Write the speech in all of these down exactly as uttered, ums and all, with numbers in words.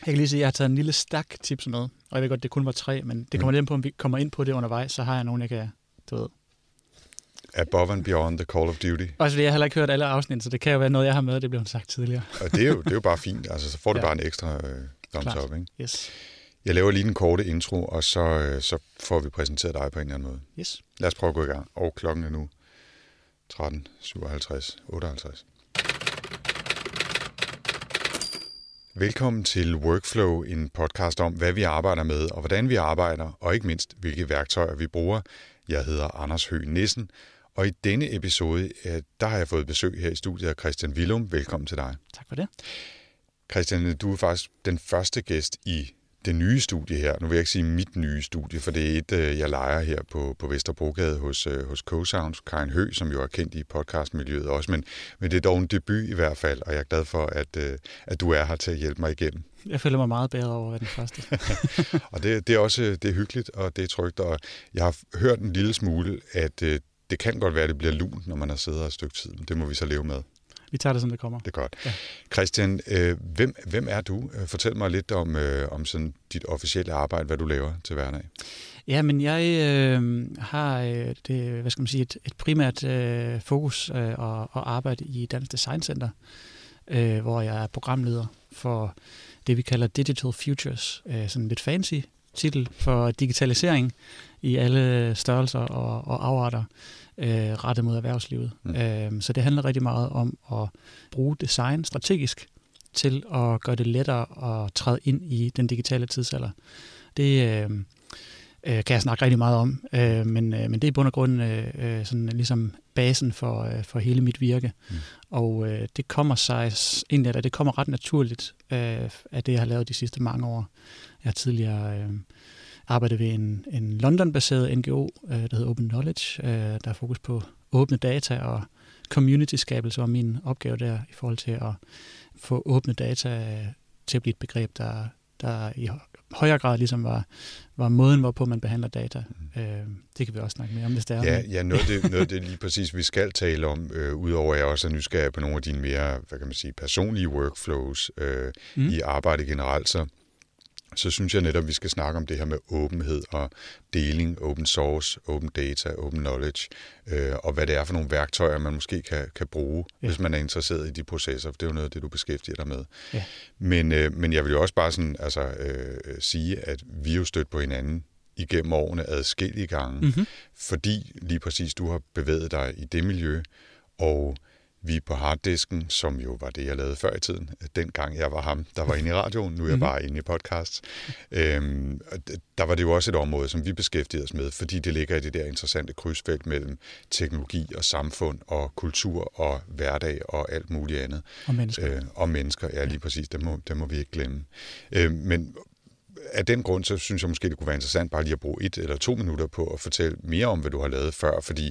Jeg kan lige sige, at jeg har taget en lille stak tips med, og jeg ved godt, det kun var tre, men det kommer lidt på, om vi kommer ind på det undervejs, så har jeg nogen, jeg kan, du ved. Above and beyond the call of duty. Også fordi jeg har heller ikke hørt alle afsnit, så det kan jo være noget, jeg har med, det blev sagt tidligere. Og det er jo, det er jo bare fint, altså så får du ja. bare en ekstra øh, thumbs Klart. up, ikke? Yes. Jeg laver lige en korte intro, og så, øh, så får vi præsenteret dig på en eller anden måde. Yes. Lad os prøve at gå i gang. Og klokken er nu tretten syvoghalvtreds otteoghalvtreds. Velkommen til Workflow, en podcast om, hvad vi arbejder med, og hvordan vi arbejder, og ikke mindst, hvilke værktøjer vi bruger. Jeg hedder Anders Høgh Nissen, og i denne episode, der har jeg fået besøg her i studiet af Christian Willum. Velkommen til dig. Tak for det. Christian, du er faktisk den første gæst i det nye studie her. Nu vil jeg ikke sige mit nye studie, for det er et, jeg lejer her på, på Vesterbrogade hos, hos Co-Sounds, Karin Høgh, som jo er kendt i podcastmiljøet også, men, men det er dog en debut i hvert fald, og jeg er glad for, at, at du er her til at hjælpe mig igennem. Jeg føler mig meget bedre over at være den første. og det, det er også det er hyggeligt, og det er trygt, og jeg har hørt en lille smule, at det kan godt være, at det bliver lunt, når man har siddet et stykke tid, men det må vi så leve med. Vi tager det, som det kommer. Det er godt. Ja. Christian, øh, hvem, hvem er du? Fortæl mig lidt om, øh, om sådan dit officielle arbejde, hvad du laver til hverdag. Ja, men jeg øh, har øh, det, hvad skal man sige, et, et primært øh, fokus øh, og, og arbejde i Dansk Design Center, øh, hvor jeg er programleder for det, vi kalder Digital Futures. Øh, sådan en lidt fancy titel for digitalisering i alle størrelser og, og afarter. Øh, rettet mod erhvervslivet. Mm. Øh, så det handler rigtig meget om at bruge design strategisk til at gøre det lettere at træde ind i den digitale tidsalder. Det øh, øh, kan jeg snakke rigtig meget om, øh, men, øh, men det er i bund og grund øh, sådan ligesom basen for, øh, for hele mit virke. Mm. Og øh, det kommer sig egentlig, at det kommer ret naturligt øh, af det, jeg har lavet de sidste mange år. Jeg har tidligere øh, arbejdet ved en, en London-baseret N G O, øh, der hedder Open Knowledge, øh, der er fokus på åbne data og community-skabelse, var min opgave der i forhold til at få åbne data til at blive et begreb, der, der i højere grad ligesom var, var måden, hvorpå man behandler data. Mm. Øh, det kan vi også snakke mere om, hvis det er. Ja, ja noget, af det, noget af det lige præcis, vi skal tale om, øh, udover at jeg også er nysgerrig på nogle af dine mere, hvad kan man sige, personlige workflows øh, mm. i arbejdet generelt, så så synes jeg netop, at vi skal snakke om det her med åbenhed og deling, open source, open data, open knowledge, øh, og hvad det er for nogle værktøjer, man måske kan, kan bruge, ja. Hvis man er interesseret i de processer. For det er jo noget af det, du beskæftiger dig med. Ja. Men, øh, men jeg vil jo også bare sådan, altså, øh, sige, at vi er jo stødt på hinanden igennem årene adskillige gange, mm-hmm. fordi lige præcis du har bevæget dig i det miljø, og vi på harddisken, som jo var det, jeg lavede før i tiden. Dengang jeg var ham, der var inde i radioen, nu er jeg bare inde i podcasts. Øhm, der var det jo også et område, som vi beskæftigede os med, fordi det ligger i det der interessante krydsfelt mellem teknologi og samfund og kultur og hverdag og alt muligt andet. Og mennesker. Øh, og mennesker, ja lige præcis, det må, det må vi ikke glemme. Øh, men af den grund, så synes jeg måske, det kunne være interessant bare lige at bruge et eller to minutter på at fortælle mere om, hvad du har lavet før, fordi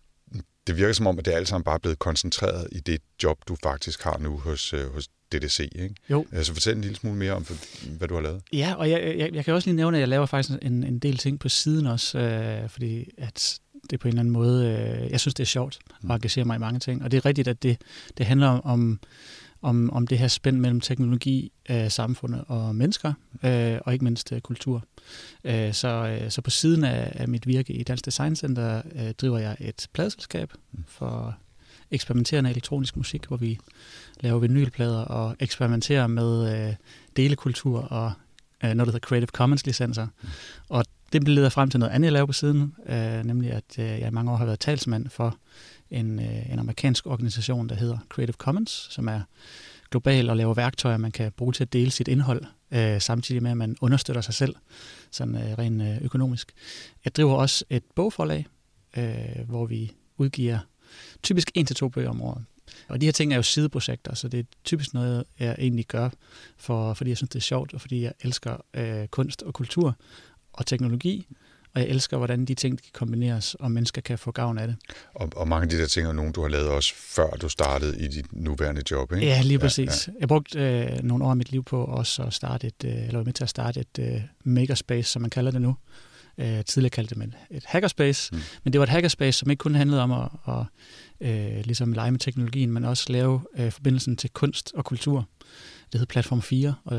det virker som om, at det er alt sammen bare blevet koncentreret i det job, du faktisk har nu hos, øh, hos D D C, ikke? Jo. Altså fortæl en lille smule mere om, hvad du har lavet. Ja, og jeg, jeg, jeg kan også lige nævne, at jeg laver faktisk en, en del ting på siden også, øh, fordi at det på en eller anden måde, øh, jeg synes, det er sjovt at engagere mig i mange ting. Og det er rigtigt, at det, det handler om, om, om det her spænd mellem teknologi, øh, samfundet og mennesker, øh, og ikke mindst øh, kultur. Øh, så, øh, så på siden af, af mit virke i Dansk Design Center øh, driver jeg et pladeselskab for eksperimenterende elektronisk musik, hvor vi laver vinylplader og eksperimenterer med øh, delekultur og øh, noget, der hedder Creative Commons licenser. Mm. Og det leder frem til noget andet, jeg laver på siden, øh, nemlig at øh, jeg i mange år har været talsmand for en, øh, en amerikansk organisation, der hedder Creative Commons, som er global og laver værktøjer, man kan bruge til at dele sit indhold, øh, samtidig med, at man understøtter sig selv, sådan øh, rent øh, økonomisk. Jeg driver også et bogforlag, øh, hvor vi udgiver typisk en til to bøger om året. Og de her ting er jo sideprojekter, så det er typisk noget, jeg egentlig gør, for, fordi jeg synes, det er sjovt, og fordi jeg elsker øh, kunst og kultur og teknologi, og jeg elsker, hvordan de ting kan kombineres, og mennesker kan få gavn af det. Og, og mange af de der ting er nogle, du har lavet også før du startede i dit nuværende job, ikke? Ja, lige præcis. Ja, ja. Jeg brugte øh, nogle år af mit liv på også at starte et, øh, eller med til at starte et øh, makerspace, som man kalder det nu. Øh, tidligere kaldte det et hackerspace, mm. men det var et hackerspace, som ikke kun handlede om at, at øh, ligesom lege med teknologien, men også lave øh, forbindelsen til kunst og kultur. Det hed Platform fire, og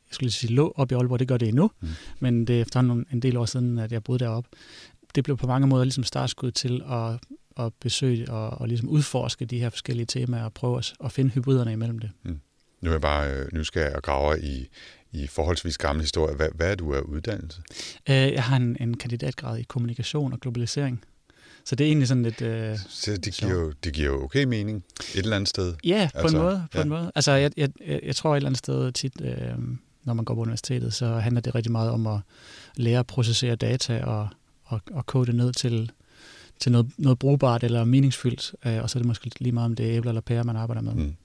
jeg skulle lige sige lå op i Aalborg, det gør det endnu, mm. men det er efterhånden en del år siden, at jeg boede deroppe. Det blev på mange måder ligesom startskud til at, at besøge og, og ligesom udforske de her forskellige temaer og prøve at, at finde hybriderne imellem det. Mm. Nu er jeg bare nysgerrig og graver i, i forholdsvis gamle historie. Hvad, hvad er du af uddannelse? Jeg har en, en kandidatgrad i kommunikation og globalisering. Så det er egentlig sådan lidt... Øh, så det giver, jo, det giver jo okay mening et eller andet sted? Ja, på altså, en måde. På ja. en måde. Altså, jeg, jeg, jeg tror et eller andet sted tit, øh, når man går på universitetet, så handler det rigtig meget om at lære at processere data og, og, og kode det ned til, til noget, noget brugbart eller meningsfyldt. Øh, og så er det måske lige meget om det er æbler eller pærer, man arbejder med. Mm.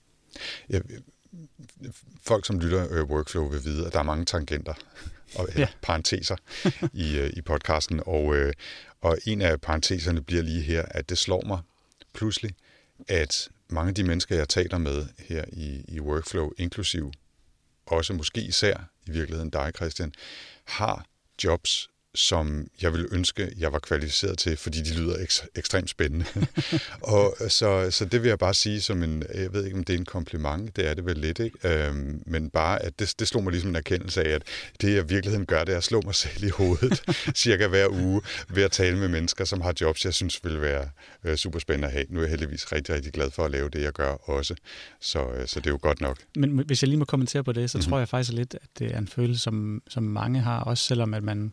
Ja, folk, som lytter uh, Workflow, vil vide, at der er mange tangenter og ja. parenteser i, uh, i podcasten. Og, uh, og en af parenteserne bliver lige her, at det slår mig pludselig, at mange af de mennesker, jeg taler med her i, i Workflow, inklusiv også måske især i virkeligheden dig, Christian, har jobs, som jeg ville ønske, jeg var kvalificeret til, fordi de lyder ek- ekstremt spændende. og så, så det vil jeg bare sige som en, jeg ved ikke, om det er en kompliment, det er det vel lidt, ikke? Øhm, men bare, at det, det slog mig ligesom en erkendelse af, at det jeg i virkeligheden gør, det er at slå mig selv i hovedet cirka hver uge ved at tale med mennesker, som har jobs, jeg synes vil være øh, super spændende at have. Nu er jeg heldigvis rigtig, rigtig glad for at lave det, jeg gør også. Så, øh, så det er jo godt nok. Men hvis jeg lige må kommentere på det, så mm-hmm. tror jeg faktisk lidt, at det er en følelse, som, som mange har, også selvom at man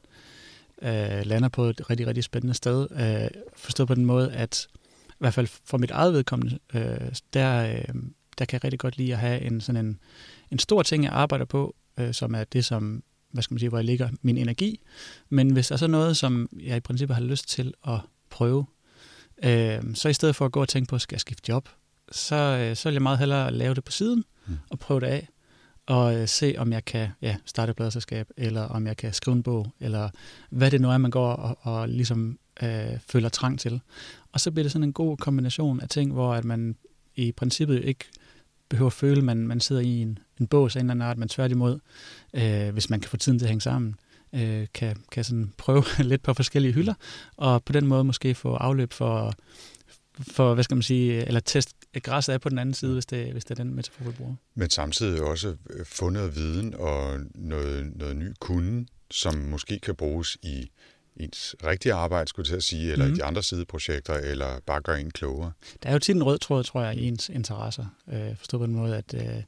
Øh, lander på et rigtig, rigtig spændende sted. Øh, forstået på den måde, at i hvert fald for mit eget vedkommende, øh, der, øh, der kan jeg rigtig godt lide at have en, sådan en, en stor ting, jeg arbejder på, øh, som er det, som, hvad skal man sige, hvor jeg ligger min energi. Men hvis der er så noget, som jeg i princippet har lyst til at prøve, øh, så i stedet for at gå og tænke på, skal jeg skifte job, så, øh, så vil jeg meget hellere lave det på siden mm. og prøve det af. Og øh, se, om jeg kan ja, starte et pladselskab, eller om jeg kan skrive en bog, eller hvad det nu er, man går og, og ligesom øh, føler trang til. Og så bliver det sådan en god kombination af ting, hvor at man i princippet ikke behøver at føle, at man, man sidder i en, en bås af en eller anden art, men tværtimod, øh, hvis man kan få tiden til at hænge sammen, øh, kan, kan sådan prøve lidt på forskellige hylder, og på den måde måske få afløb for, for hvad skal man sige, eller test græsset af på den anden side, hvis det, hvis det er den metafor, vi bruger. Men samtidig også få noget viden og noget, noget ny kunde, som måske kan bruges i ens rigtige arbejde, skulle jeg til at sige, eller mm. i de andre sideprojekter, eller bare gøre en klogere. Der er jo tit en rød tråd, tror jeg, i ens interesser. Øh, forstået på den måde, at, øh,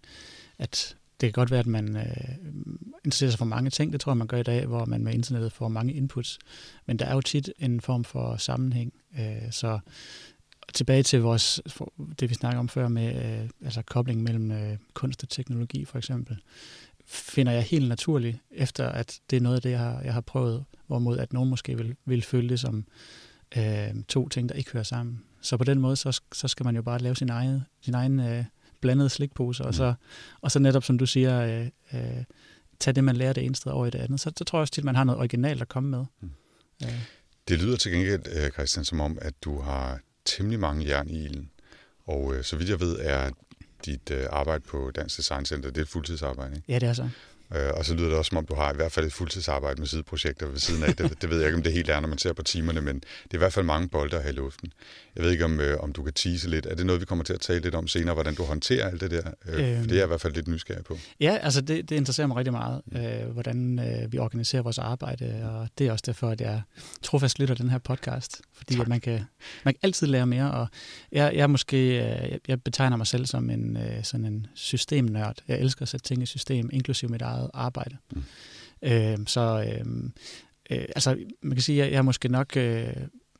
at det kan godt være, at man øh, interesserer sig for mange ting. Det tror jeg, man gør i dag, hvor man med internettet får mange inputs. Men der er jo tit en form for sammenhæng. Øh, så tilbage til vores, det vi snakker om før med øh, altså koblingen mellem øh, kunst og teknologi for eksempel, finder jeg helt naturligt, efter at det er noget af det, jeg har, jeg har prøvet, hvorimod at nogen måske vil, vil føle det som øh, to ting, der ikke hører sammen. Så på den måde, så, så skal man jo bare lave sin egen, sin egen øh, blandede slikpose, mm. og, så, og så netop, som du siger, øh, øh, tage det, man lærer det ene sted over i det andet. Så, så tror jeg også tit, at man har noget originalt at komme med. Mm. Øh. Det lyder til gengæld, Christian, som om, at du har temmelig mange jern i ilden. Og øh, så vidt jeg ved, er dit øh, arbejde på Dansk Design Center, det er et fuldtidsarbejde, ikke? Ja, det er så. Øh, og så lyder det også, som om du har i hvert fald et fuldtidsarbejde med sideprojekter ved siden af. Det, det ved jeg ikke, om det helt er, når man ser på timerne, men det er i hvert fald mange bolde at have i luften. Jeg ved ikke, om, øh, om du kan tease lidt. Er det noget, vi kommer til at tale lidt om senere, hvordan du håndterer alt det der? Øh, øhm, det er jeg i hvert fald lidt nysgerrig på. Ja, altså det, det interesserer mig rigtig meget, øh, hvordan øh, vi organiserer vores arbejde, og det er også derfor, at jeg trofast lytter den her podcast, fordi at man, kan, man kan altid lære mere, og jeg, jeg, måske, øh, jeg betegner mig selv som en, øh, sådan en systemnørd. Jeg elsker at sætte ting i system, inklusive mit eget arbejde. Mm. Øh, så øh, øh, altså, man kan sige, at jeg har måske nok øh,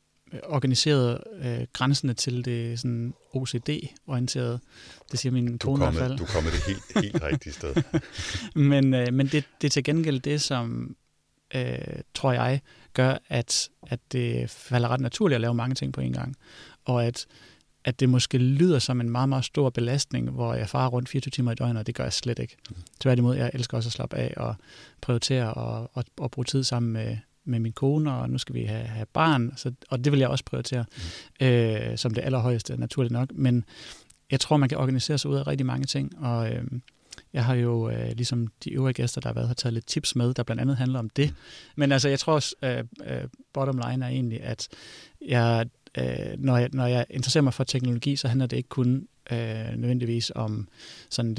organiseret øh, grænsene til det sådan O C D-orienterede. Det siger min kone i hvert fald. Du er kommet det helt, helt rigtige sted. men øh, men det, det er til gengæld det, som øh, tror jeg gør, at, at det falder ret naturligt at lave mange ting på en gang. Og at at det måske lyder som en meget, meget stor belastning, hvor jeg farer rundt fireogtyve timer i døgnet, og det gør jeg slet ikke. Mm. Tværtimod, jeg elsker også at slappe af og prioritere og, og, og bruge tid sammen med, med min kone, og nu skal vi have, have barn, så, og det vil jeg også prioritere, mm. øh, som det allerhøjeste, naturligt nok. Men jeg tror, man kan organisere sig ud af rigtig mange ting, og øh, jeg har jo, øh, ligesom de øvrige gæster, der har været, har taget lidt tips med, der blandt andet handler om det. Mm. Men altså, jeg tror også, øh, øh, bottom line er egentlig, at jeg Øh, når, jeg, når jeg interesserer mig for teknologi, så handler det ikke kun øh, nødvendigvis om sådan den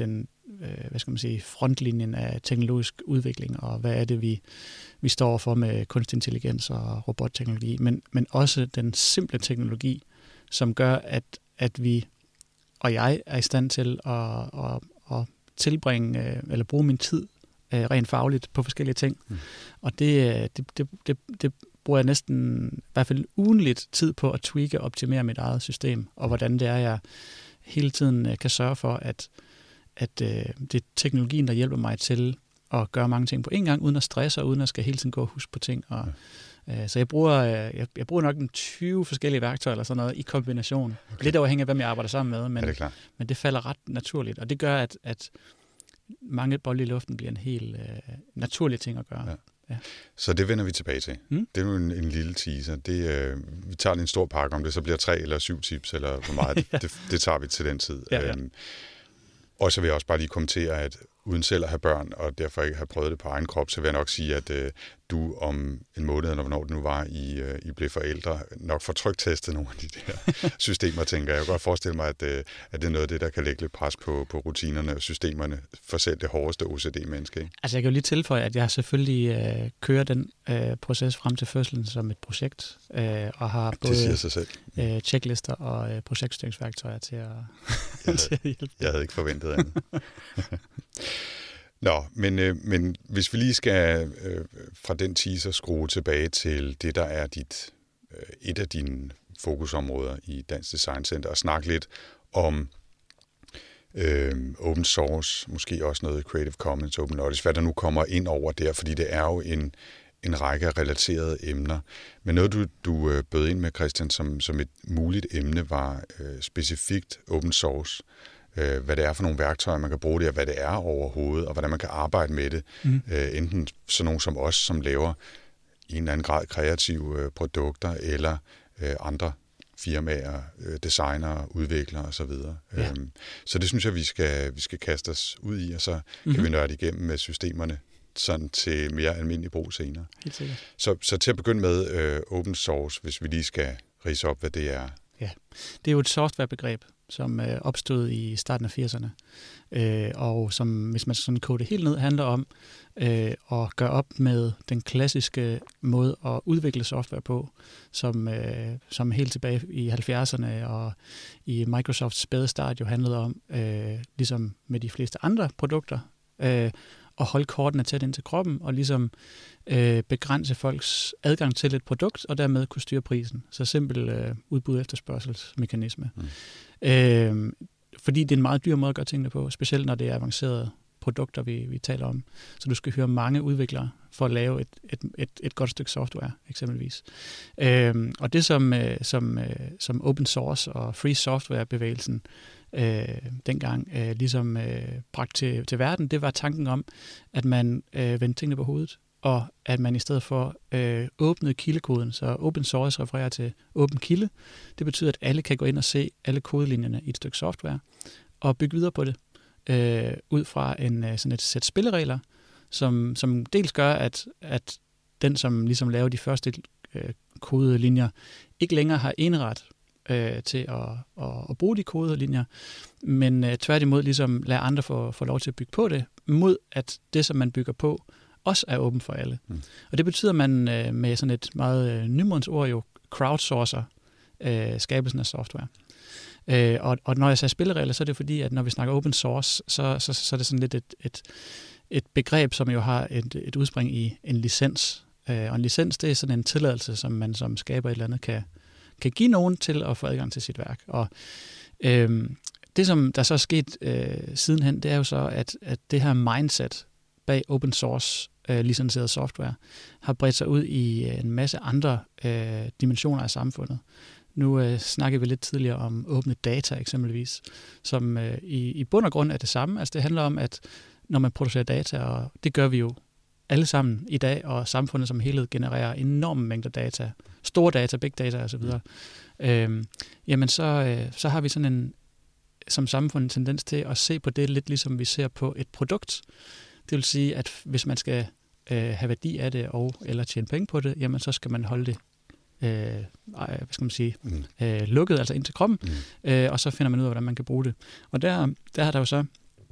øh, hvad skal man sige, frontlinjen af teknologisk udvikling, og hvad er det, vi, vi står for med kunstig intelligens og robotteknologi, men, men også den simple teknologi, som gør, at, at vi og jeg er i stand til at, at, at tilbringe, øh, eller bruge min tid øh, rent fagligt på forskellige ting. Mm. Og det, det, det, det, det bruger jeg næsten, i hvert fald ugenligt tid på at tweake og optimere mit eget system, og hvordan det er, jeg hele tiden øh, kan sørge for, at, at øh, det er teknologien, der hjælper mig til at gøre mange ting på en gang, uden at stresse og uden at skal hele tiden gå og huske på ting. Og, ja. øh, så jeg bruger, øh, jeg, jeg bruger nok en tyve forskellige værktøjer eller sådan noget i kombination. Okay. Lidt afhængig af, hvem jeg arbejder sammen med, men, ja, det men det falder ret naturligt, og det gør, at, at mange bolde i luften bliver en helt øh, naturlig ting at gøre. Ja. Ja. Så det vender vi tilbage til. Mm. Det er jo en, en lille teaser. Det, øh, vi tager en stor pakke om det, så bliver tre eller syv tips, eller hvor meget. ja. det, det tager vi til den tid. Ja, ja. Øhm, og så vil jeg også bare lige kommentere, at uden selv at have børn, og derfor ikke have prøvet det på egen krop, så vil jeg nok sige, at øh, du om en måned, eller hvornår det nu var, I, øh, I blev forældre, nok får tryktestet nogle af de der systemer, tænker jeg. Jeg kan godt forestille mig, at, øh, at det er noget af det, der kan lægge lidt pres på, på rutinerne og systemerne, for selv det hårdeste O C D-menneske. Ikke? Altså jeg kan jo lige tilføje, at jeg selvfølgelig øh, kører den øh, proces frem til fødslen som et projekt, øh, og har både øh, checklister og øh, projektstyringsværktøjer til at, jeg til at hjælpe. Jeg havde ikke forventet andet. Nå, men, øh, men hvis vi lige skal øh, fra den teaser skrue tilbage til det, der er dit, øh, et af dine fokusområder i Dansk Design Center, og snakke lidt om øh, open source, måske også noget Creative Commons, Open Knowledge, hvad der nu kommer ind over der, fordi det er jo en, en række af relaterede emner. Men noget, du, du øh, bød ind med, Christian, som, som et muligt emne, var øh, specifikt open source. Hvad det er for nogle værktøjer, man kan bruge det, og hvad det er overhovedet, og hvordan man kan arbejde med det. Mm. Enten sådan nogle som os, som laver i en eller anden grad kreative produkter, eller andre firmaer, designere, udviklere osv. Ja. Så det synes jeg, vi skal, vi skal kaste os ud i, og så mm-hmm. kan vi nørde igennem med systemerne sådan til mere almindelig brug senere. Helt sikkert. Så, så til at begynde med uh, open source, hvis vi lige skal ridse op, hvad det er. Ja, det er jo et softwarebegreb, som øh, opstod i starten af firserne, øh, og som, hvis man sådan koder det helt ned, handler om øh, at gøre op med den klassiske måde at udvikle software på, som, øh, som helt tilbage i halvfjerdserne og i Microsofts spæde start jo handlede om, øh, ligesom med de fleste andre produkter, øh, at holde kortene tæt ind til kroppen, og ligesom øh, begrænse folks adgang til et produkt, og dermed kunne styre prisen. Så simpel øh, udbud efterspørgselsmekanisme. Mm. Øh, fordi det er en meget dyr måde at gøre tingene på, specielt når det er avancerede produkter, vi, vi taler om. Så du skal høre mange udviklere for at lave et, et, et, et godt stykke software, eksempelvis. Øh, og det, som, øh, som, øh, som open source og free software-bevægelsen øh, dengang øh, ligesom øh, bragt til, til verden, det var tanken om, at man øh, vendte tingene på hovedet, og at man i stedet for øh, åbnede kildekoden, så open source refererer til åben kilde. Det betyder, at alle kan gå ind og se alle kodelinjerne i et stykke software, og bygge videre på det, øh, ud fra en, sådan et sæt spilleregler, som, som dels gør, at, at den, som ligesom laver de første øh, kodelinjer, ikke længere har eneret øh, til at, at, at bruge de kodelinjer, men øh, tværtimod ligesom lader andre få, få lov til at bygge på det, mod at det, som man bygger på, også er åben for alle. Mm. Og det betyder, at man øh, med sådan et meget øh, nymundsord jo crowdsourcer øh, skabelsen af software. Øh, og, og når jeg siger spilleregler, så er det fordi, at når vi snakker open source, så, så, så er det sådan lidt et, et, et begreb, som jo har et, et udspring i en licens. Øh, og en licens, det er sådan en tilladelse, som man som skaber et eller andet kan, kan give nogen til at få adgang til sit værk. Og øh, det, som der så er sket øh, sidenhen, det er jo så, at, at det her mindset bag open source øh, licenseret software har bredt sig ud i en masse andre øh, dimensioner af samfundet. Nu øh, snakkede vi lidt tidligere om åbne data eksempelvis, som øh, i, i bund og grund er det samme. Altså det handler om, at når man producerer data, og det gør vi jo alle sammen i dag, og samfundet som helhed genererer enorme mængder data, store data, big data osv., øh, jamen så, øh, så har vi sådan en, som samfund en tendens til at se på det lidt ligesom vi ser på et produkt. Det vil sige, at hvis man skal øh, have værdi af det og eller tjene penge på det, jamen så skal man holde det øh, hvad skal man sige, mm. øh, lukket, altså ind til kroppen, mm. øh, og så finder man ud af, hvordan man kan bruge det. Og der, der har der jo så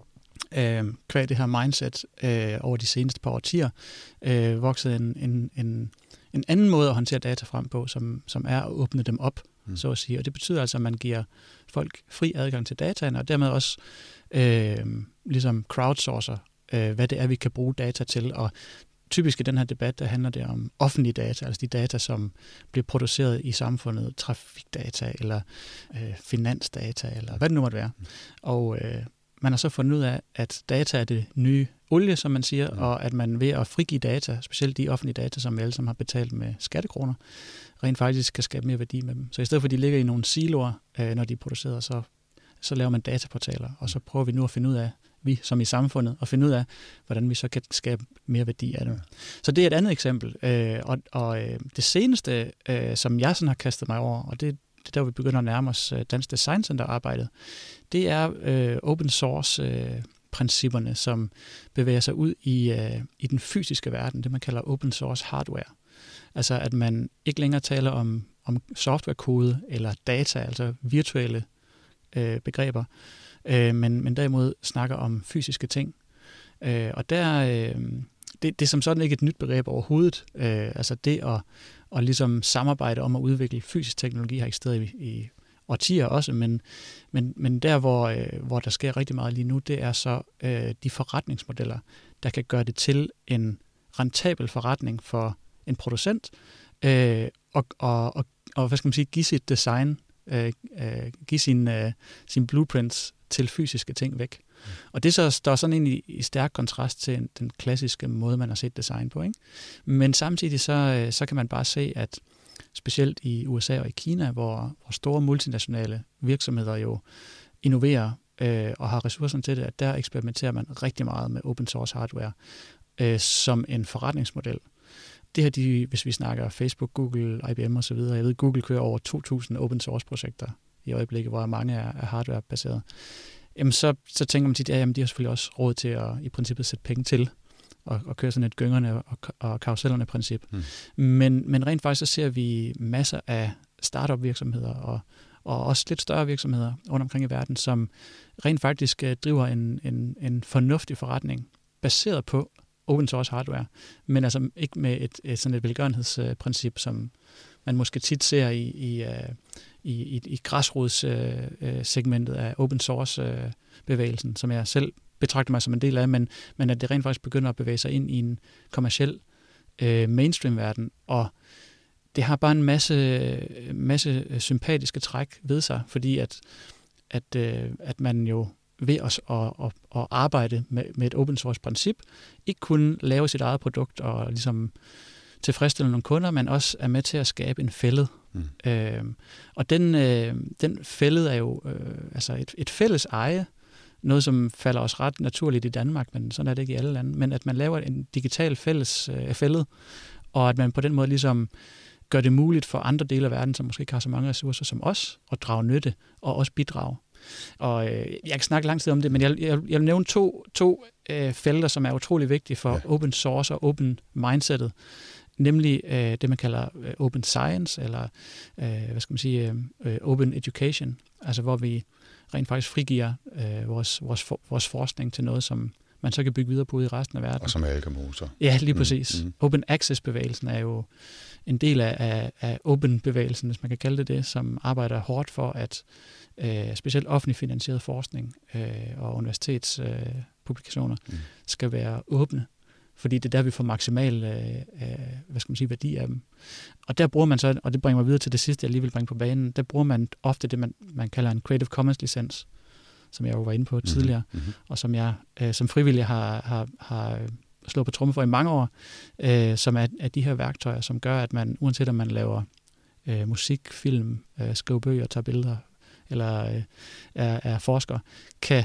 øh, kvæg det her mindset øh, over de seneste par årtier, øh, vokset en, en, en, en anden måde at håndtere data frem på, som, som er at åbne dem op, mm. så at sige. Og det betyder altså, at man giver folk fri adgang til dataen, og dermed også øh, ligesom crowdsourcer, øh, hvad det er, vi kan bruge data til. Og typisk i den her debat, der handler det om offentlige data, altså de data, som bliver produceret i samfundet, trafikdata eller øh, finansdata, eller hvad det nu måtte være. Mm. Og øh, man har så fundet ud af, at data er det nye olie, som man siger, mm. og at man ved at frigive data, specielt de offentlige data, som vi alle sammen har betalt med skattekroner, rent faktisk kan skabe mere værdi med dem. Så i stedet for, at de ligger i nogle siloer, øh, når de er produceret, så, så laver man dataportaler, og så prøver vi nu at finde ud af, vi som i samfundet, at finde ud af, hvordan vi så kan skabe mere værdi af dem. Ja. Så det er et andet eksempel. Øh, og og øh, det seneste, øh, som jeg sådan har kastet mig over, og det det er der, vi begynder at nærme os Dansk Design Center-arbejdet, det er øh, open source-principperne, øh, som bevæger sig ud i, øh, i den fysiske verden, det man kalder open source hardware. Altså at man ikke længere taler om, om softwarekode eller data, altså virtuelle øh, begreber, øh, men, men derimod snakker om fysiske ting. Øh, og der, øh, det, det er som sådan ikke et nyt begreb overhovedet. Øh, altså det at og ligesom samarbejde om at udvikle fysisk teknologi har eksisteret i, i årtier også, men, men, men der, hvor, øh, hvor der sker rigtig meget lige nu, det er så øh, de forretningsmodeller, der kan gøre det til en rentabel forretning for en producent, øh, og, og, og, og hvad skal man sige, give sit design, øh, øh, give sin, øh, sin blueprints til fysiske ting væk. Mm. Og det så står sådan egentlig i stærk kontrast til en, den klassiske måde, man har set design på, ikke? Men samtidig så, så kan man bare se, at specielt i U S A og i Kina, hvor, hvor store multinationale virksomheder jo innoverer øh, og har ressourcerne til det, at der eksperimenterer man rigtig meget med open source hardware øh, som en forretningsmodel. Det her, de, hvis vi snakker Facebook, Google, I B M og så videre, jeg ved, Google kører over to tusind open source projekter i øjeblikket, hvor mange er, er hardware-baseret. Jamen så, så tænker man tit, at ja, de har selvfølgelig også råd til at i princippet sætte penge til og, og køre sådan et gyngerne og, og karusellerne princip. Mm. Men, men rent faktisk så ser vi masser af startup virksomheder og, og også lidt større virksomheder rundt omkring i verden, som rent faktisk uh, driver en, en, en fornuftig forretning baseret på open source hardware, men altså ikke med et, et sådan et velgørenhedsprincip, som man måske tit ser i, i, uh, i, i, i græsrodssegmentet uh, af open source-bevægelsen, uh, som jeg selv betragter mig som en del af, men, men at det rent faktisk begynder at bevæge sig ind i en kommerciel uh, mainstream-verden, og det har bare en masse, masse sympatiske træk ved sig, fordi at, at, uh, at man jo ved at, at, at, at arbejde med, med et open source princip, ikke kun lave sit eget produkt og ligesom tilfredsstille nogle kunder, men også er med til at skabe en fælde. Mm. Øh, og den, øh, den fælde er jo øh, altså et, et fælles eje, noget som falder os ret naturligt i Danmark, men sådan er det ikke i alle lande, men at man laver en digital fælles øh, fælde, og at man på den måde ligesom gør det muligt for andre dele af verden, som måske ikke har så mange ressourcer som os, at drage nytte og også bidrage. Og øh, jeg kan snakke lang tid om det, men jeg, jeg, jeg vil nævne to, to øh, felter, som er utrolig vigtige for ja. open source og open mindsetet, nemlig øh, det, man kalder øh, open science, eller øh, hvad skal man sige, øh, open education, altså hvor vi rent faktisk frigiver øh, vores, vores, for, vores forskning til noget, som man så kan bygge videre på ude i resten af verden. Og som alle kan bruge så. Ja, lige præcis. Mm. Open access-bevægelsen er jo en del af, af, af open-bevægelsen, hvis man kan kalde det det, som arbejder hårdt for, at øh, specielt offentligt finansieret forskning øh, og universitetspublikationer øh, mm. skal være åbne, fordi det er der, vi får maksimal øh, hvad skal man sige, værdi af dem. Og der bruger man så, og det bringer mig videre til det sidste, jeg lige vil bringe på banen, der bruger man ofte det, man, man kalder en Creative Commons-licens, som jeg jo var inde på tidligere, mm-hmm. og som jeg øh, som frivillig har, har, har slået på tromme for i mange år, øh, som er, er de her værktøjer, som gør, at man, uanset om man laver øh, musik, film, øh, skriver bøger, tager billeder, eller øh, er, er forsker, kan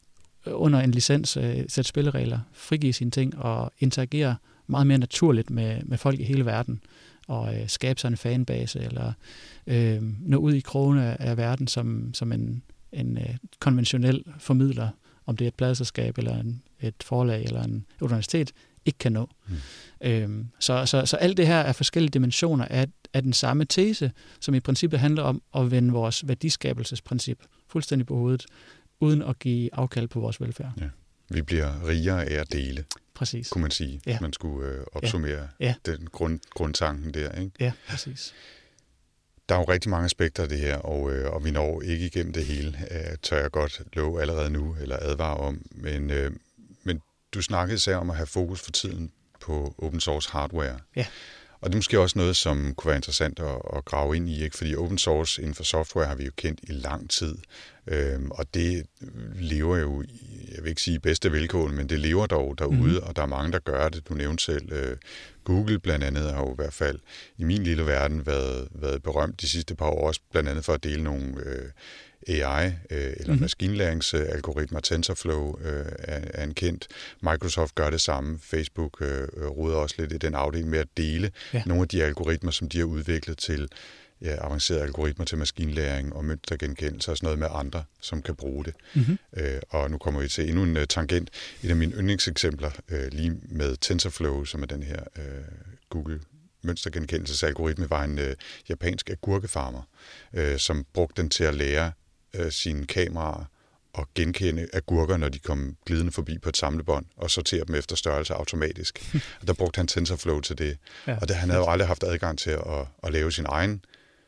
under en licens øh, sætte spilleregler, frigive sine ting og interagere meget mere naturligt med, med folk i hele verden, og øh, skabe sig en fanbase, eller øh, nå ud i krogene af verden som, som en en øh, konventionel formidler, om det er et pladeselskab, eller en, et forlag, eller en universitet, ikke kan nå. Mm. Øhm, så, så, så alt det her er forskellige dimensioner af, af den samme tese, som i princippet handler om at vende vores værdiskabelsesprincip fuldstændig på hovedet, uden at give afkald på vores velfærd. Ja. Vi bliver rigere af at dele. Præcis. Kunne man sige, ja. man skulle øh, opsummere ja. Ja. den grund, grundtanken der. Ikke? Ja, præcis. Der er jo rigtig mange aspekter af det her, og, øh, og vi når ikke igennem det hele, øh, tør jeg godt love allerede nu, eller advare om. Men, øh, men du snakkede især om at have fokus for tiden på open source hardware. Ja. Og det er måske også noget, som kunne være interessant at, at grave ind i, ikke? Fordi open source inden for software har vi jo kendt i lang tid, øhm, og det lever jo, jeg vil ikke sige bedste velkål, men det lever dog derude, mm-hmm. og der er mange, der gør det. Du nævnte selv, øh, Google blandt andet har jo i hvert fald i min lille verden været, været berømt de sidste par år, også blandt andet for at dele nogle øh, A I øh, eller mm-hmm. maskinlæringsalgoritmer, TensorFlow øh, er, er en kendt. Microsoft gør det samme. Facebook øh, ruder også lidt i den afdeling med at dele ja. nogle af de algoritmer, som de har udviklet til ja, avancerede algoritmer til maskinlæring og mønstergenkendelse og sådan noget med andre, som kan bruge det. Mm-hmm. Øh, og nu kommer vi til endnu en uh, tangent. Et af mine yndlingseksempler øh, lige med TensorFlow, som er den her øh, Google mønstergenkendelsesalgoritme, var en øh, japansk agurkefarmer, øh, som brugte den til at lære øh, sine kameraer og genkende agurker, når de kom glidende forbi på et samlebånd, og sortere dem efter størrelse automatisk. Og der brugte han TensorFlow til det. Ja, og det, han havde jo aldrig haft adgang til at, at lave sin egen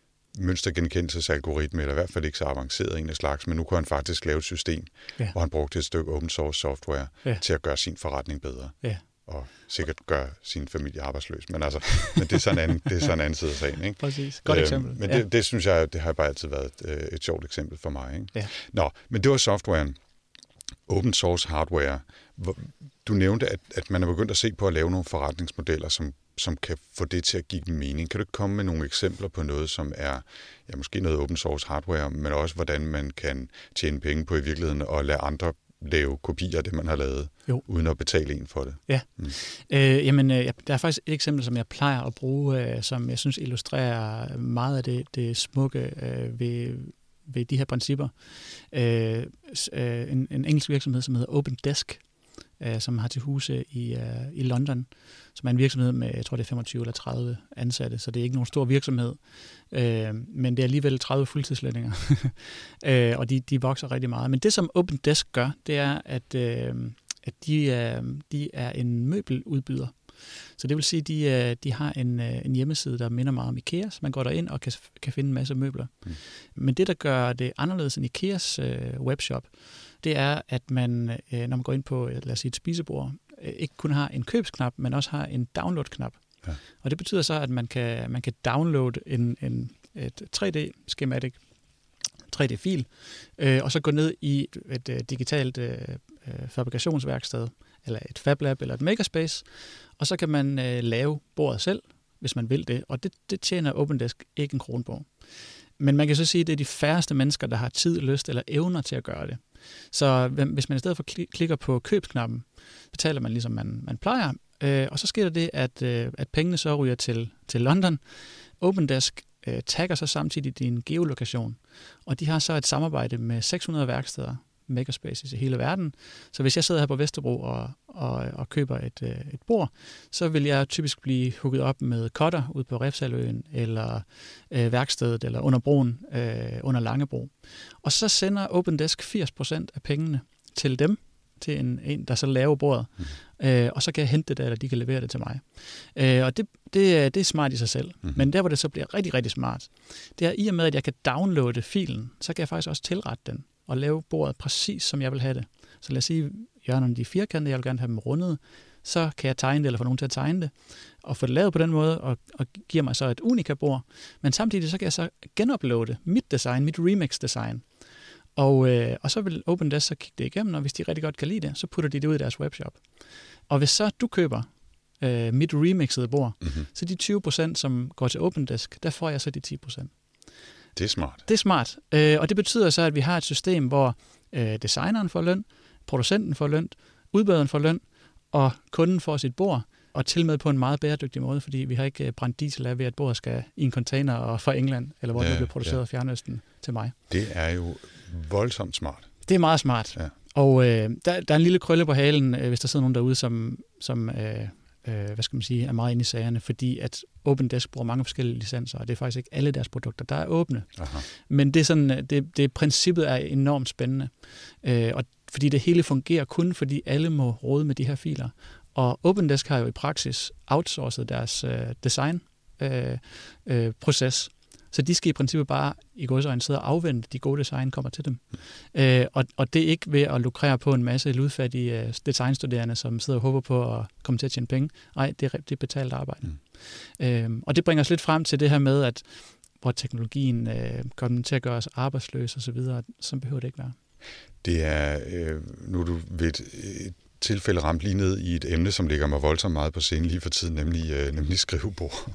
mønstergenkendelsesalgoritme, eller i hvert fald ikke så avanceret en af slags, men nu kunne han faktisk lave et system, ja. hvor han brugte et stykke open source software ja. til at gøre sin forretning bedre. Ja. Og sikkert gøre sin familie arbejdsløs. Men altså, men det er sådan en anden, det er sådan en anden side af sagen, ikke? Præcis. Godt øhm, eksempel. Men ja. det, det synes jeg, det har bare altid været et, et sjovt eksempel for mig, ikke? Ja. Nå, men det var softwaren. Open source hardware. Du nævnte, at, at man er begyndt at se på at lave nogle forretningsmodeller, som, som kan få det til at give mening. Kan du komme med nogle eksempler på noget, som er ja, måske noget open source hardware, men også hvordan man kan tjene penge på i virkeligheden og lade andre lave kopier af det, man har lavet, jo. uden at betale en for det? Ja. Mm. Øh, jamen, øh, der er faktisk et eksempel, som jeg plejer at bruge, øh, som jeg synes illustrerer meget af det, det smukke øh, ved, ved de her principper. Øh, øh, en, en engelsk virksomhed, som hedder OpenDesk, øh, som har til huse i, øh, i London, som er en virksomhed med, jeg tror det er femogtyve eller tredive ansatte, så det er ikke nogen stor virksomhed, øh, men det er alligevel tredive fuldtidslønninger, øh, og de, de vokser rigtig meget. Men det, som OpenDesk gør, det er, at, øh, at de, er, de er en møbeludbyder. Så det vil sige, at de, de har en, en hjemmeside, der minder meget om IKEA, så man går derind og kan, kan finde en masse møbler. Mm. Men det, der gør det anderledes end IKEAs øh, webshop, det er, at man, øh, når man går ind på, lad os sige, et spisebord, øh, ikke kun har en købsknap, men også har en download-knap. Ja. Og det betyder så, at man kan, man kan downloade en, en, et tre D-schematic, tre D-fil, øh, og så gå ned i et, et, et digitalt øh, fabrikationsværksted, eller et FabLab, eller et Makerspace, og så kan man øh, lave bordet selv, hvis man vil det, og det, det tjener OpenDesk ikke en krone på. Men man kan så sige, at det er de færreste mennesker, der har tid, lyst eller evner til at gøre det. Så hvis man i stedet for klikker på købsknappen, betaler man ligesom man, man plejer, øh, og så sker der det, at, øh, at pengene så ryger til, til London. OpenDesk øh, tagger så samtidig din geolokation, og de har så et samarbejde med seks hundrede værksteder, makerspaces i hele verden. Så hvis jeg sidder her på Vesterbro og, og, og køber et, et bord, så vil jeg typisk blive hooket op med Cutter ude på Refshaleøen, eller øh, værkstedet, eller under broen, øh, under Langebro. Og så sender OpenDesk firs procent af pengene til dem, til en, en der så laver bordet, mm. øh, og så kan jeg hente det der, eller de kan levere det til mig. Øh, og det, det, det er smart i sig selv. Mm. Men der, hvor det så bliver rigtig, rigtig smart, det er i og med, at jeg kan downloade filen, så kan jeg faktisk også tilrette den, og lave bordet præcis, som jeg vil have det. Så lad os sige, hjørnerne de er firkantede, jeg vil gerne have dem rundede, så kan jeg tegne det, eller få nogen til at tegne det, og få det lavet på den måde, og, og giver mig så et unika-bord. Men samtidig så kan jeg så genuploade mit design, mit remix-design. Og, øh, og så vil OpenDesk så kigge det igennem, og hvis de rigtig godt kan lide det, så putter de det ud i deres webshop. Og hvis så du køber øh, mit remixede bord, mm-hmm. så de tyve procent, som går til OpenDesk, der får jeg så de ti procent. Det er smart. Det er smart, øh, og det betyder så, at vi har et system, hvor øh, designeren får løn, producenten får løn, udbyderen får løn, og kunden får sit bord, og til med på en meget bæredygtig måde, fordi vi har ikke brændt diesel af ved, at bordet skal i en container og fra England, eller hvor ja, det bliver produceret ja. af Fjernøsten til mig. Det er jo voldsomt smart. Det er meget smart. Ja. Og øh, der, der er en lille krølle på halen, øh, hvis der sidder nogen derude, som, som øh, øh, hvad skal man sige, er meget inde i sagerne, fordi at OpenDesk bruger mange forskellige licenser, og det er faktisk ikke alle deres produkter, der er åbne. Aha. Men det er sådan, det, det princippet er enormt spændende. Øh, og fordi det hele fungerer kun, fordi alle må råde med de her filer. Og OpenDesk har jo i praksis outsourcet deres øh, design-proces, øh, øh, proces. Så de skal i princippet bare i godsøjne sidde og afvente, de gode design kommer til dem. Mm. Øh, og, og det er ikke ved at lukrere på en masse ludfattige øh, designstuderende, som sidder og håber på at komme til at tjene penge. Nej, det er, det er betalt arbejde. Mm. Øh, og det bringer os lidt frem til det her med, at hvor teknologien øh, gør dem til at gøre os arbejdsløse osv., så behøver det ikke være. Det er, øh, nu er du ved et, et tilfælde ramt lige ned i et emne, som ligger mig voldsomt meget på scenen lige for tiden, nemlig, øh, nemlig skrivebord.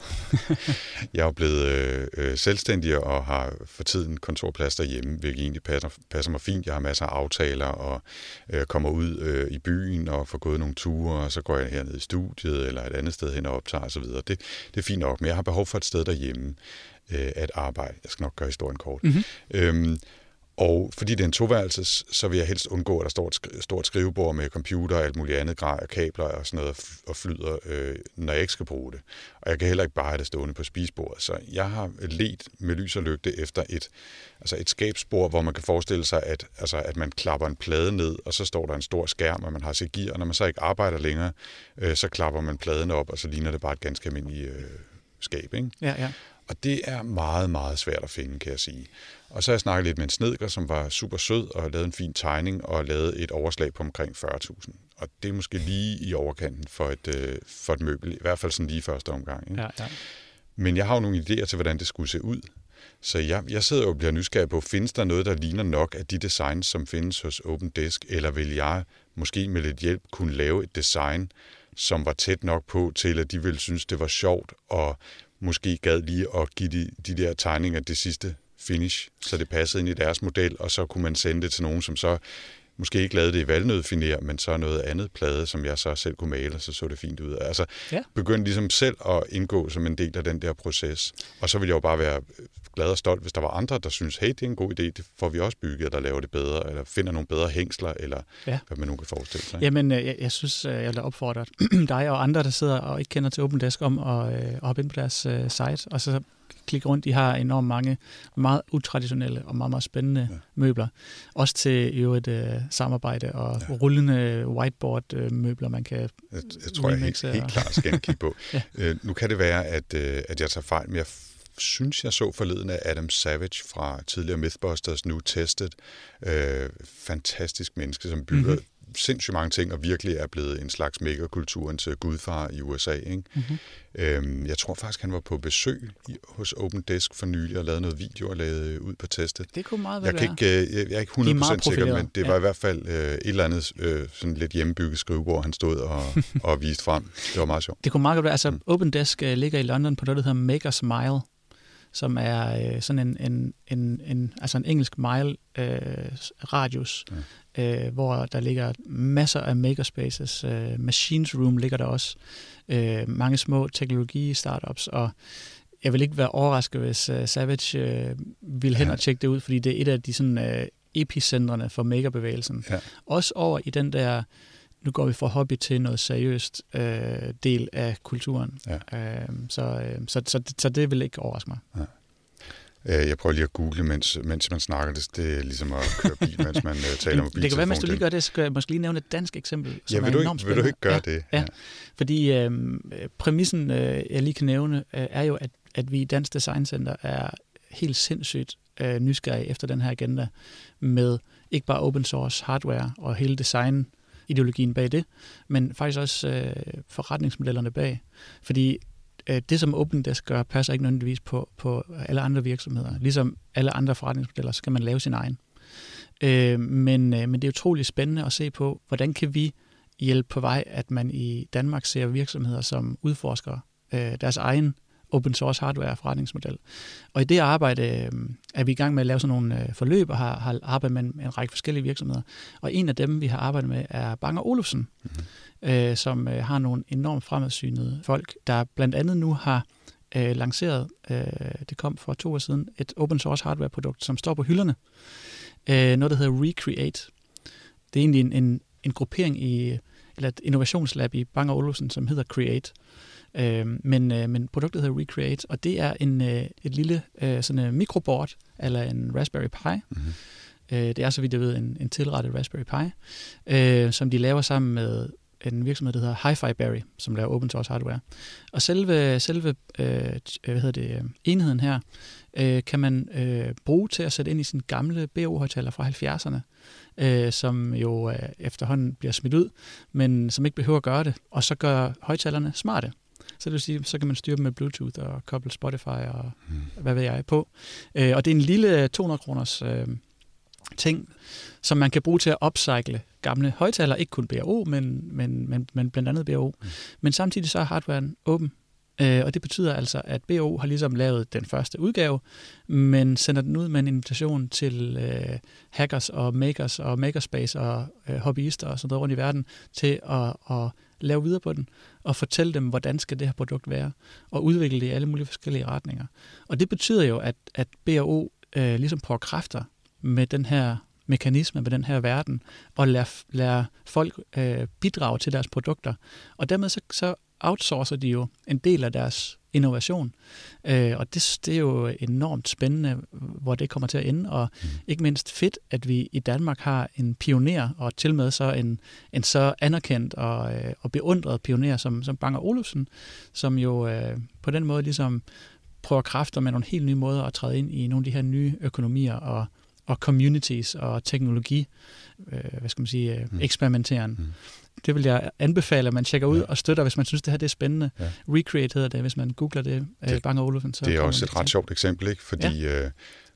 Jeg er jo blevet øh, selvstændig og har for tiden kontorplads derhjemme, hvilket egentlig passer, passer mig fint. Jeg har masser af aftaler og øh, kommer ud øh, i byen og får gået nogle ture, og så går jeg herned i studiet eller et andet sted hen og optager osv. Det, det er fint nok, men jeg har behov for et sted derhjemme øh, at arbejde. Jeg skal nok gøre historien kort. Mm-hmm. Øhm, Og fordi det er en toværelses, så vil jeg helst undgå, at der står et stort skrivebord med computer og alt muligt andet grej og kabler og sådan noget og flyder, øh, når jeg ikke skal bruge det. Og jeg kan heller ikke bare have det stående på spisebordet. Så jeg har ledt med lys og lygte efter et, altså et skabsbord, hvor man kan forestille sig, at, altså, at man klapper en plade ned, og så står der en stor skærm, og man har sit gear, og når man så ikke arbejder længere, øh, så klapper man pladen op, og så ligner det bare et ganske almindeligt øh, skab, ikke? Ja, ja. Og det er meget, meget svært at finde, kan jeg sige. Og så har jeg snakket lidt med en snedker, som var super sød og lavede en fin tegning og lavede et overslag på omkring fyrre tusind. Og det er måske lige i overkanten for et, øh, for et møbel, i hvert fald sådan lige første omgang. Ikke? Ja, ja. Men jeg har jo nogle idéer til, hvordan det skulle se ud. Så jeg, jeg sidder jo og bliver nysgerrig på, findes der noget, der ligner nok af de designs, som findes hos OpenDesk, eller vil jeg måske med lidt hjælp kunne lave et design, som var tæt nok på til, at de ville synes, det var sjovt, og måske gad lige at give de, de der tegninger det sidste finish, så det passede ind i deres model, og så kunne man sende det til nogen, som så måske ikke lavede det i valnødfiner, men så noget andet plade, som jeg så selv kunne male, og så så det fint ud. Altså ja. Begyndte ligesom selv at indgå som en del af den der proces. Og så ville jeg jo bare være glad og stolt, hvis der var andre, der synes, hey, det er en god idé, det får vi også bygget, der laver det bedre, eller finder nogle bedre hængsler, eller ja. Hvad man nu kan forestille sig. Jamen, jeg, jeg synes, jeg vil opfordre dig og andre, der sidder og ikke kender til OpenDesk, om at, at hoppe ind på deres uh, site, og så klikke rundt. De har enormt mange meget utraditionelle og meget, meget spændende ja. Møbler. Også til jo et uh, samarbejde og ja. Rullende whiteboard-møbler, man kan Jeg, jeg tror, jeg helt, helt klart skal kigge på. ja. uh, nu kan det være, at, uh, at jeg tager fejl, men jeg synes, jeg så forleden af Adam Savage fra tidligere Mythbusters, nu Tested. Øh, fantastisk menneske, som bygger mm-hmm. sindssygt mange ting, og virkelig er blevet en slags megakulturens til gudfar i U S A. Ikke? Mm-hmm. Øhm, jeg tror faktisk, han var på besøg i, hos OpenDesk for nylig og lavede noget video og lavede ud på Tested. Det kunne meget vel jeg, kan ikke, øh, jeg, jeg er ikke hundrede procent sikker, men det ja. var i hvert fald øh, et eller andet øh, sådan lidt hjemmebygget skrivebord, han stod og, og viste frem. Det var meget sjovt. Det kunne meget godt være. Altså, mm. OpenDesk øh, ligger i London på noget, der hedder Make Us Mile, som er øh, sådan en, en, en, en, altså en engelsk mile øh, radius, ja. øh, hvor der ligger masser af makerspaces. Øh, Machines Room ligger der også. Øh, mange små teknologi-startups, og jeg vil ikke være overrasket, hvis uh, Savage øh, vil hen ja. og tjekke det ud, fordi det er et af de sådan, øh, epicentrene for makerbevægelsen. Ja. Også over i den der, nu går vi fra hobby til noget seriøst øh, del af kulturen. Ja. Øh, så, øh, så, så, så det vil ikke overraske mig. Ja. Jeg prøver lige at google, mens, mens man snakker. Det, det er ligesom at køre bil, mens man uh, taler mobiltelefon. Det kan være, hvis du lige gør det, så skal jeg måske lige nævne et dansk eksempel, som ja, vil er du enormt ikke, vil du ikke gøre ja, det? Ja, ja. Fordi øh, præmissen, øh, jeg lige kan nævne, øh, er jo, at, at vi i Dansk Design Center er helt sindssygt øh, nysgerrige efter den her agenda med ikke bare open source hardware og hele design ideologien bag det, men faktisk også øh, forretningsmodellerne bag. Fordi øh, det, som OpenDesk gør, passer ikke nødvendigvis på, på alle andre virksomheder. Ligesom alle andre forretningsmodeller, så kan man lave sin egen. Øh, men, øh, men det er utroligt spændende at se på, hvordan kan vi hjælpe på vej, at man i Danmark ser virksomheder, som udforsker øh, deres egen open source hardware forretningsmodel. Og i det arbejde øh, er vi i gang med at lave sådan nogle øh, forløb og har, har arbejdet med en, en række forskellige virksomheder. Og en af dem, vi har arbejdet med, er Bang og Olufsen, mm-hmm. øh, som øh, har nogle enormt fremadsynede folk, der blandt andet nu har øh, lanceret, øh, det kom for to år siden, et open source hardware produkt, som står på hylderne. Øh, noget, der hedder Recreate. Det er egentlig en, en, en gruppering i, eller et innovationslab i Bang og Olufsen, som hedder Create. Øh, men, øh, men produktet hedder Recreate, og det er en, øh, et lille øh, sådan en mikroboard, eller en Raspberry Pi, mm-hmm. Øh, det er, så vidt jeg ved, en, en tilrettet Raspberry Pi, øh, som de laver sammen med en virksomhed, der hedder Hi-Fi Berry, som laver open source hardware. Og selve, selve øh, hvad hedder det, enheden her, øh, kan man øh, bruge til at sætte ind i sin gamle B O-højtaler fra halvfjerdserne, øh, som jo øh, efterhånden bliver smidt ud, men som ikke behøver at gøre det, og så gør højtalerne smarte. Så det vil sige, så kan man styre dem med Bluetooth og koble Spotify og hmm. hvad ved jeg på. Øh, og det er en lille to hundrede kroners øh, ting, som man kan bruge til at upcycle gamle højtalere, ikke kun B O, men, men, men, men blandt andet B O. Mm. Men samtidig så er hardwaren åben, øh, og det betyder altså, at B O har ligesom lavet den første udgave, men sender den ud med en invitation til øh, hackers og makers og makerspace og øh, hobbyister og sådan noget rundt i verden til at, at lave videre på den og fortælle dem, hvordan skal det her produkt være, og udvikle det i alle mulige forskellige retninger. Og det betyder jo, at, at B O øh, ligesom prøver kræfter med den her mekanisme, med den her verden, og lade, lade folk øh, bidrage til deres produkter. Og dermed så, så outsourcer de jo en del af deres innovation. Øh, og det, det er jo enormt spændende, hvor det kommer til at ende, og mm. ikke mindst fedt, at vi i Danmark har en pioner, og til med så en, en så anerkendt og, øh, og beundret pioner som, som Bang og Olufsen, som jo øh, på den måde ligesom prøver kræfter med nogle helt nye måder at træde ind i nogle af de her nye økonomier og og communities og teknologi, øh, hvad skal man sige, øh, eksperimenteren. Mm. Det vil jeg anbefale, at man tjekker ud ja. og støtter, hvis man synes, det her det er spændende. Ja. Recreate hedder det, hvis man googler det, det Bang og Olufsen. Så det er også et ret sjovt eksempel, ikke? Fordi ja. øh,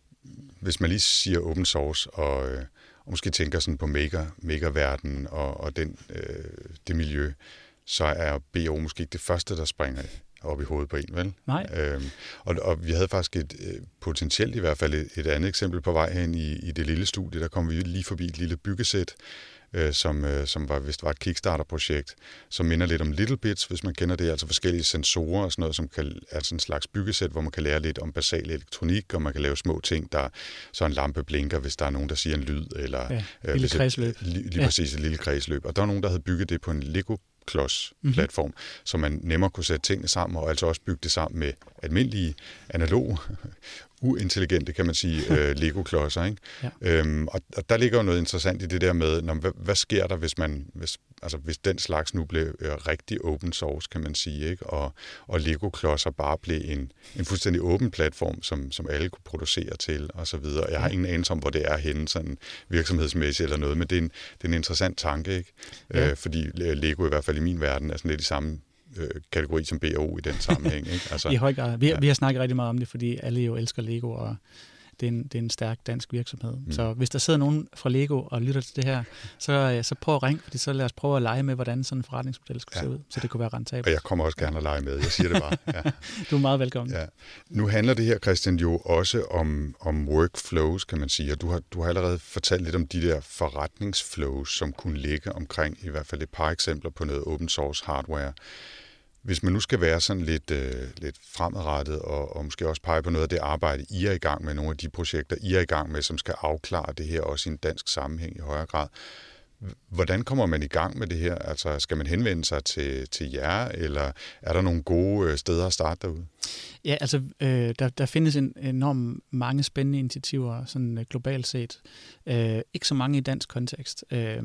hvis man lige siger open source, og, øh, og måske tænker sådan på maker, makerverdenen og, og den, øh, det miljø, så er B O måske ikke det første, der springer op i hovedet på en, vel? Nej. Øhm, og, og vi havde faktisk et øh, potentielt i hvert fald et, et andet eksempel på vej hen i, i det lille studie. Der kom vi lige forbi et lille byggesæt, øh, som, øh, som var, vist var et Kickstarter-projekt, som minder lidt om Littlebits, hvis man kender det, altså forskellige sensorer og sådan noget, som kan, er sådan en slags byggesæt, hvor man kan lære lidt om basal elektronik, og man kan lave små ting, der så en lampe blinker, hvis der er nogen, der siger en lyd, eller ja, øh, lille kredsløb. Et, lige, lige ja. præcis et lille kredsløb. Og der var nogen, der havde bygget det på en Lego klods-platform, mm-hmm. så man nemmere kunne sætte tingene sammen, og altså også bygge det sammen med almindelige, analoge, uintelligente, kan man sige, øh, Lego-klodser. Ikke? Ja. Øhm, og, og der ligger jo noget interessant i det der med, når, hvad, hvad sker der, hvis man, hvis, altså hvis den slags nu blev øh, rigtig open source, kan man sige, ikke? Og, og Lego-klodser bare blev en, en fuldstændig åben platform, som, som alle kunne producere til, og så videre. Jeg har ingen anelse om, hvor det er henne, sådan virksomhedsmæssigt eller noget, men det er en, det er en interessant tanke, ikke? Ja. Øh, fordi Lego i hvert fald i min verden er sådan lidt i samme øh, kategori som B O i den sammenhæng. Ikke? Altså, I høj grad. Vi, ja. vi har snakket rigtig meget om det, fordi alle jo elsker Lego, og det er en, det er en stærk dansk virksomhed. Mm. Så hvis der sidder nogen fra Lego og lytter til det her, så, så prøv at ringe, fordi så lad os prøve at lege med, hvordan sådan en forretningsmodel skal ja. se ud, så det kunne være rentabelt. Og jeg kommer også gerne at lege med, jeg siger det bare. Ja. Du er meget velkommen. Ja. Nu handler det her, Christian, jo også om, om workflows, kan man sige, og du har, du har allerede fortalt lidt om de der forretningsflows, som kunne ligge omkring i hvert fald et par eksempler på noget open source hardware. Hvis man nu skal være sådan lidt, øh, lidt fremadrettet, og, og måske også pege på noget af det arbejde, I er i gang med, nogle af de projekter, I er i gang med, som skal afklare det her også i en dansk sammenhæng i højere grad. Hvordan kommer man i gang med det her? Altså, skal man henvende sig til, til jer, eller er der nogle gode steder at starte derude? Ja, altså, øh, der, der findes en enormt mange spændende initiativer, sådan globalt set. Øh, ikke så mange i dansk kontekst. Øh,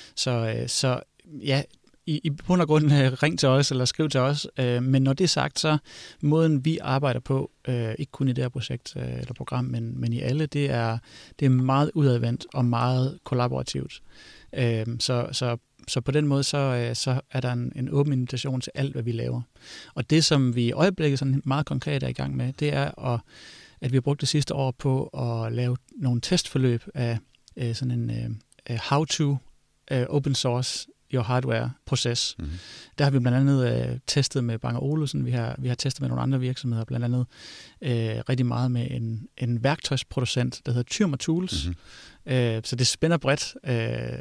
så, så ja, I, i bund og grund ring til os eller skriv til os, øh, men når det er sagt, så måden vi arbejder på, øh, ikke kun i det her projekt øh, eller program, men, men i alle, det er, det er meget udadvendt og meget kollaborativt. Øh, så, så, så på den måde, så, øh, så er der en, en åben invitation til alt, hvad vi laver. Og det, som vi i øjeblikket sådan meget konkret er i gang med, det er, at, at vi har brugt det sidste år på at lave nogle testforløb af øh, sådan en øh, how-to øh, open source your hardware-proces. Mm-hmm. Der har vi blandt andet øh, testet med Bang og Olufsen, vi har, vi har testet med nogle andre virksomheder, blandt andet øh, rigtig meget med en, en værktøjsproducent, der hedder Tyrmer Tools. Mm-hmm. Øh, så det spænder bredt, øh,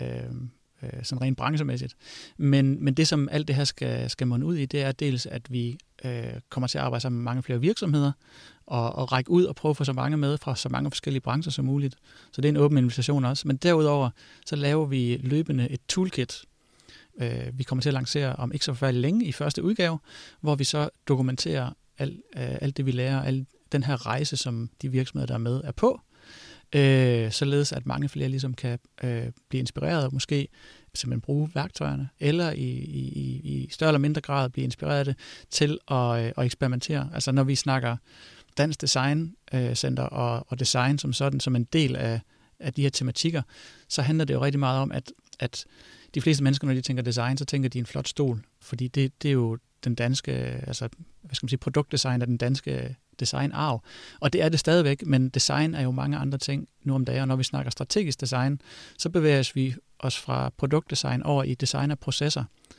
øh, sådan rent branchemæssigt. Men, men det, som alt det her skal, skal munde ud i, det er dels, at vi øh, kommer til at arbejde sammen med mange flere virksomheder, og, og række ud og prøve at få så mange med fra så mange forskellige brancher som muligt. Så det er en åben invitation også. Men derudover, så laver vi løbende et toolkit. Øh, vi kommer til at lancere om ikke så forfærdeligt længe i første udgave, hvor vi så dokumenterer alt, øh, alt det, vi lærer, al den her rejse, som de virksomheder, der er med, er på. øh, således at mange flere ligesom kan øh, blive inspireret og måske simpelthen bruge værktøjerne, eller i, i, i større eller mindre grad blive inspireret af det til at, øh, at eksperimentere. Altså når vi snakker Dansk Design øh, Center og, og design som sådan, som en del af, af de her tematikker, så handler det jo rigtig meget om, at, at de fleste mennesker, når de tænker design, så tænker de en flot stol, fordi det, det er jo den danske, altså hvad skal man sige, produktdesign er den danske designarv. Og det er det stadigvæk, men design er jo mange andre ting nu om dagen, og når vi snakker strategisk design, så bevæger vi os fra produktdesign over i design af processer.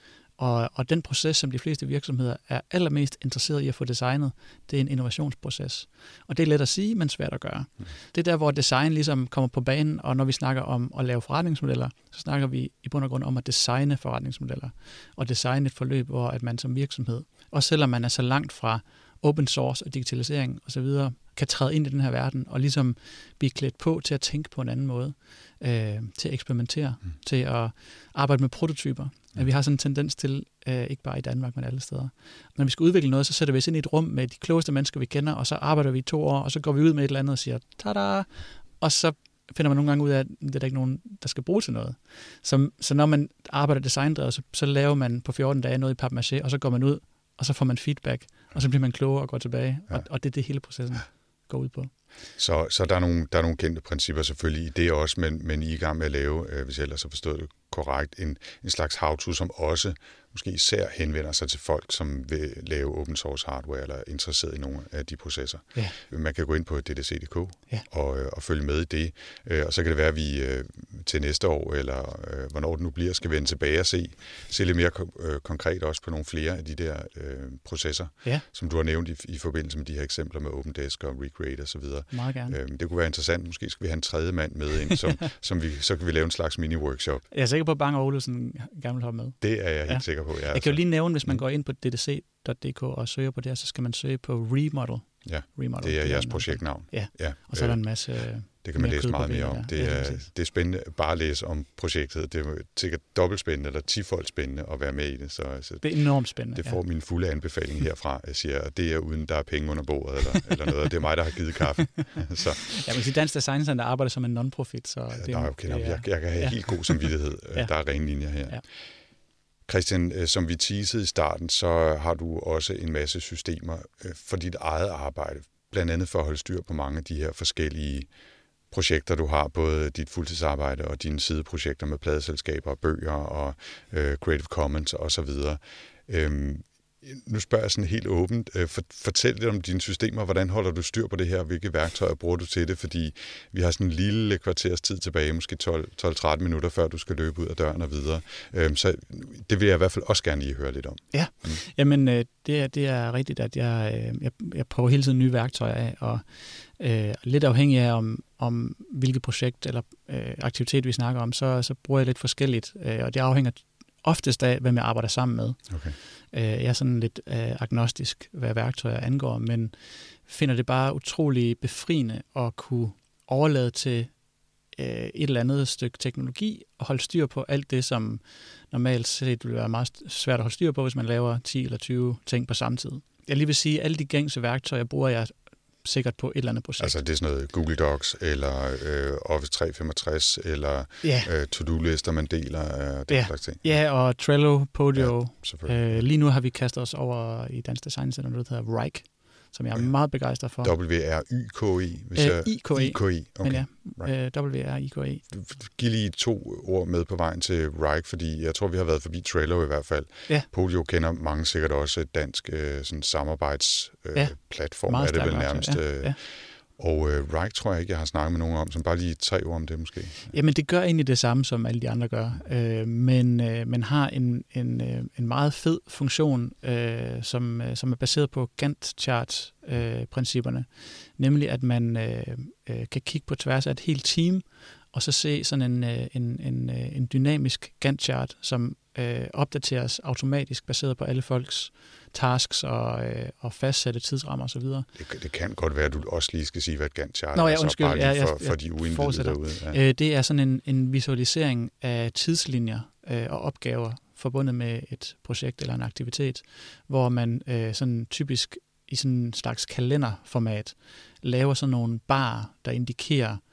Og, og den proces, som de fleste virksomheder er allermest interesseret i at få designet, det er en innovationsproces. Og det er let at sige, men svært at gøre. Mm. Det er der, hvor design ligesom kommer på banen, og når vi snakker om at lave forretningsmodeller, så snakker vi i bund og grund om at designe forretningsmodeller, og designe et forløb, hvor at man som virksomhed, også selvom man er så langt fra open source og digitalisering osv., kan træde ind i den her verden og ligesom blive klædt på til at tænke på en anden måde, øh, til at eksperimentere, mm. til at arbejde med prototyper. Mm. Vi har sådan en tendens til, øh, ikke bare i Danmark, men alle steder. Når vi skal udvikle noget, så sætter vi os ind i et rum med de klogeste mennesker, vi kender, og så arbejder vi i to år, og så går vi ud med et eller andet og siger, tada! Og så finder man nogle gange ud af, at det er der ikke nogen, der skal bruge til noget. Så, så når man arbejder designdrevet, så, så laver man på fjorten dage noget i papmaché, og så går man ud, og så får man feedback, og så bliver man klogere og går tilbage. Ja. Og, og det er det hele processen går ud på. Så, så der, er nogle, der er nogle kendte principper selvfølgelig i det også, men, men I er i gang med at lave, øh, hvis jeg ellers har forstået det korrekt, en, en slags how-to, som også måske især henvender sig til folk, som vil lave open source hardware eller er interesseret i nogle af de processer. Ja. Man kan gå ind på D D C punktum d k ja. og, og følge med i det, og så kan det være, at vi øh, til næste år, eller øh, hvornår det nu bliver, skal vende tilbage og se, se lidt mere øh, konkret også på nogle flere af de der øh, processer, ja. som du har nævnt i, i forbindelse med de her eksempler med OpenDesk og Recreate og så videre. Meget gerne. Øh, det kunne være interessant. Måske skal vi have en tredje mand med ind, som, som vi, så kan vi lave en slags mini-workshop. Jeg er sikker på, at Bang Olufsen gerne vil hoppe med. Det er jeg helt ja. sikker på, ja. Jeg altså. kan jo lige nævne, hvis man går ind på D D C punktum d k og søger på det her, så skal man søge på Remodel. Ja, Remodel. det er jeres projektnavn. Ja, ja. Og så er der en masse... Det kan man læse meget mere om. Det er, det er spændende bare at læse om projektet. Det er sikkert dobbelt spændende, eller tifold spændende at være med i det. Så, så det er enormt spændende. Det får ja. min fulde anbefaling herfra. Jeg siger, at det er uden, der er penge under bordet, eller, eller noget. Det er mig, der har givet kaffe. så. Ja, men Dansk Design Center arbejder som en non-profit. Så det, ja, okay, det er, jeg, jeg kan have ja. helt god samvittighed. ja. Der er rene linjer her. Ja. Christian, som vi teasede i starten, så har du også en masse systemer for dit eget arbejde. Blandt andet for at holde styr på mange af de her forskellige projekter, du har, både dit fuldtidsarbejde og dine sideprojekter med pladeselskaber og bøger og øh, Creative Commons og så videre. Øhm, nu spørger jeg sådan helt åbent. Øh, for, fortæl lidt om dine systemer. Hvordan holder du styr på det her? Hvilke værktøjer bruger du til det? Fordi vi har sådan en lille kvarters tid tilbage, måske tolv til tretten minutter, før du skal løbe ud af døren og videre. Øhm, så det vil jeg i hvert fald også gerne lige høre lidt om. Ja, mm. Jamen øh, det, er, det er rigtigt, at jeg, øh, jeg, jeg prøver hele tiden nye værktøjer af, og øh, lidt afhængig af, om, om hvilket projekt eller øh, aktivitet vi snakker om, så, så bruger jeg lidt forskelligt, øh, og det afhænger oftest af, hvem jeg arbejder sammen med. Okay. Jeg er sådan lidt øh, agnostisk, hvad værktøjer angår, men finder det bare utrolig befriende at kunne overlade til øh, et eller andet stykke teknologi og holde styr på alt det, som normalt set vil være meget svært at holde styr på, hvis man laver ti eller tyve ting på samme tid. Jeg lige vil sige, at alle de gængse værktøjer bruger jeg sikkert på et eller andet projekt. Altså det er sådan noget Google Docs, eller øh, Office tre femogtres, eller ja. øh, to-do-lister, man deler af den ja. slags ting. Ja, og Trello, Podio. Ja, øh, lige nu har vi kastet os over i Dansk Design Center, noget der hedder Wrike, som jeg er ja. meget begejstret for. W R Y K E. Hvis øh, jeg... I K E. I K E, okay. Men ja, right. W R I K E. Giv lige to ord med på vejen til Wrike, fordi jeg tror, vi har været forbi Trello i hvert fald. Ja. Podio kender mange sikkert også et dansk sådan samarbejdsplatform, øh, ja. er det vel nærmest. Ja. Ja. Og øh, Wrike tror jeg ikke, jeg har snakket med nogen om, som bare lige tre ord om det måske. Jamen det gør egentlig det samme, som alle de andre gør, øh, men, øh, men har en, en, øh, en meget fed funktion, øh, som, øh, som er baseret på Gantt-chart-principperne, øh, nemlig at man øh, øh, kan kigge på tværs af et helt team, og så se sådan en, øh, en, en, øh, en dynamisk Gantt-chart, som øh, opdateres automatisk baseret på alle folks tasks og, øh, og fastsætte tidsrammer osv. Det, det kan godt være, at du også lige skal sige, hvad et Gantt-chart er, ja, undskyld, bare lige ja, for, ja, for de uindvidede derude. Ja. Øh, det er sådan en, en visualisering af tidslinjer øh, og opgaver forbundet med et projekt eller en aktivitet, hvor man øh, sådan typisk i sådan en slags kalenderformat laver sådan nogle barer, der indikerer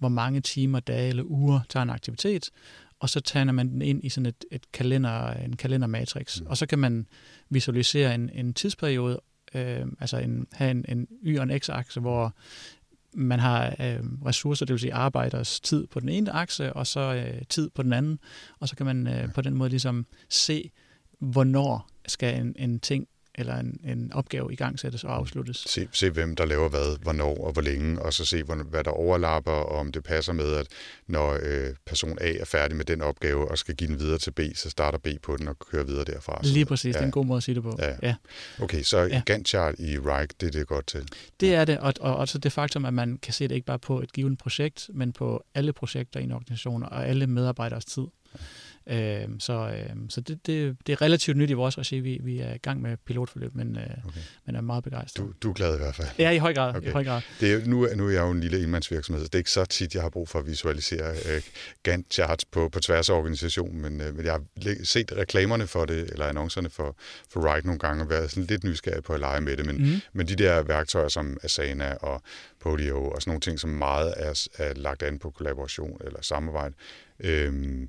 hvor mange timer, dage eller uger tager en aktivitet, og så tager man den ind i sådan et, et kalender, en kalendermatrix, mm. og så kan man visualisere en, en tidsperiode, øh, altså en, have en, en y- og en x-akse, hvor man har øh, ressourcer, det vil sige arbejders tid på den ene akse, og så øh, tid på den anden, og så kan man øh, på den måde ligesom se, hvornår skal en, en ting eller en, en opgave igangsættes og afsluttes. Se, se, hvem der laver hvad, hvornår og hvor længe, og så se, hvad der overlapper, og om det passer med, at når øh, person A er færdig med den opgave og skal give den videre til B, så starter B på den og kører videre derfra. Lige præcis, ja. Det er en god måde at sige det på. Ja. Ja. Okay, så ja. Gantt-chart i Wrike, det er det godt til? Det er det, og, og også det faktum, at man kan se det ikke bare på et givet projekt, men på alle projekter i en organisation og alle medarbejderes tid. Ja. Øh, så øh, så det, det, det er relativt nyt i vores regi. Vi, vi er i gang med pilotforløb, men, øh, okay. men er meget begejstret. Du, du er glad i hvert fald? Ja, i høj grad. Okay. I høj grad. Det er, nu, nu er jeg jo en lille enmandsvirksomhed, så det er ikke så tit, jeg har brug for at visualisere øh, Gantt-charts på, på tværs af organisationen, men, øh, men jeg har set reklamerne for det, eller annoncerne for, for Wrike nogle gange, og været sådan lidt nysgerrig på at lege med det, men, mm. men de der værktøjer som Asana og Podio og sådan nogle ting, som meget er, er lagt an på kollaboration eller samarbejde, øh,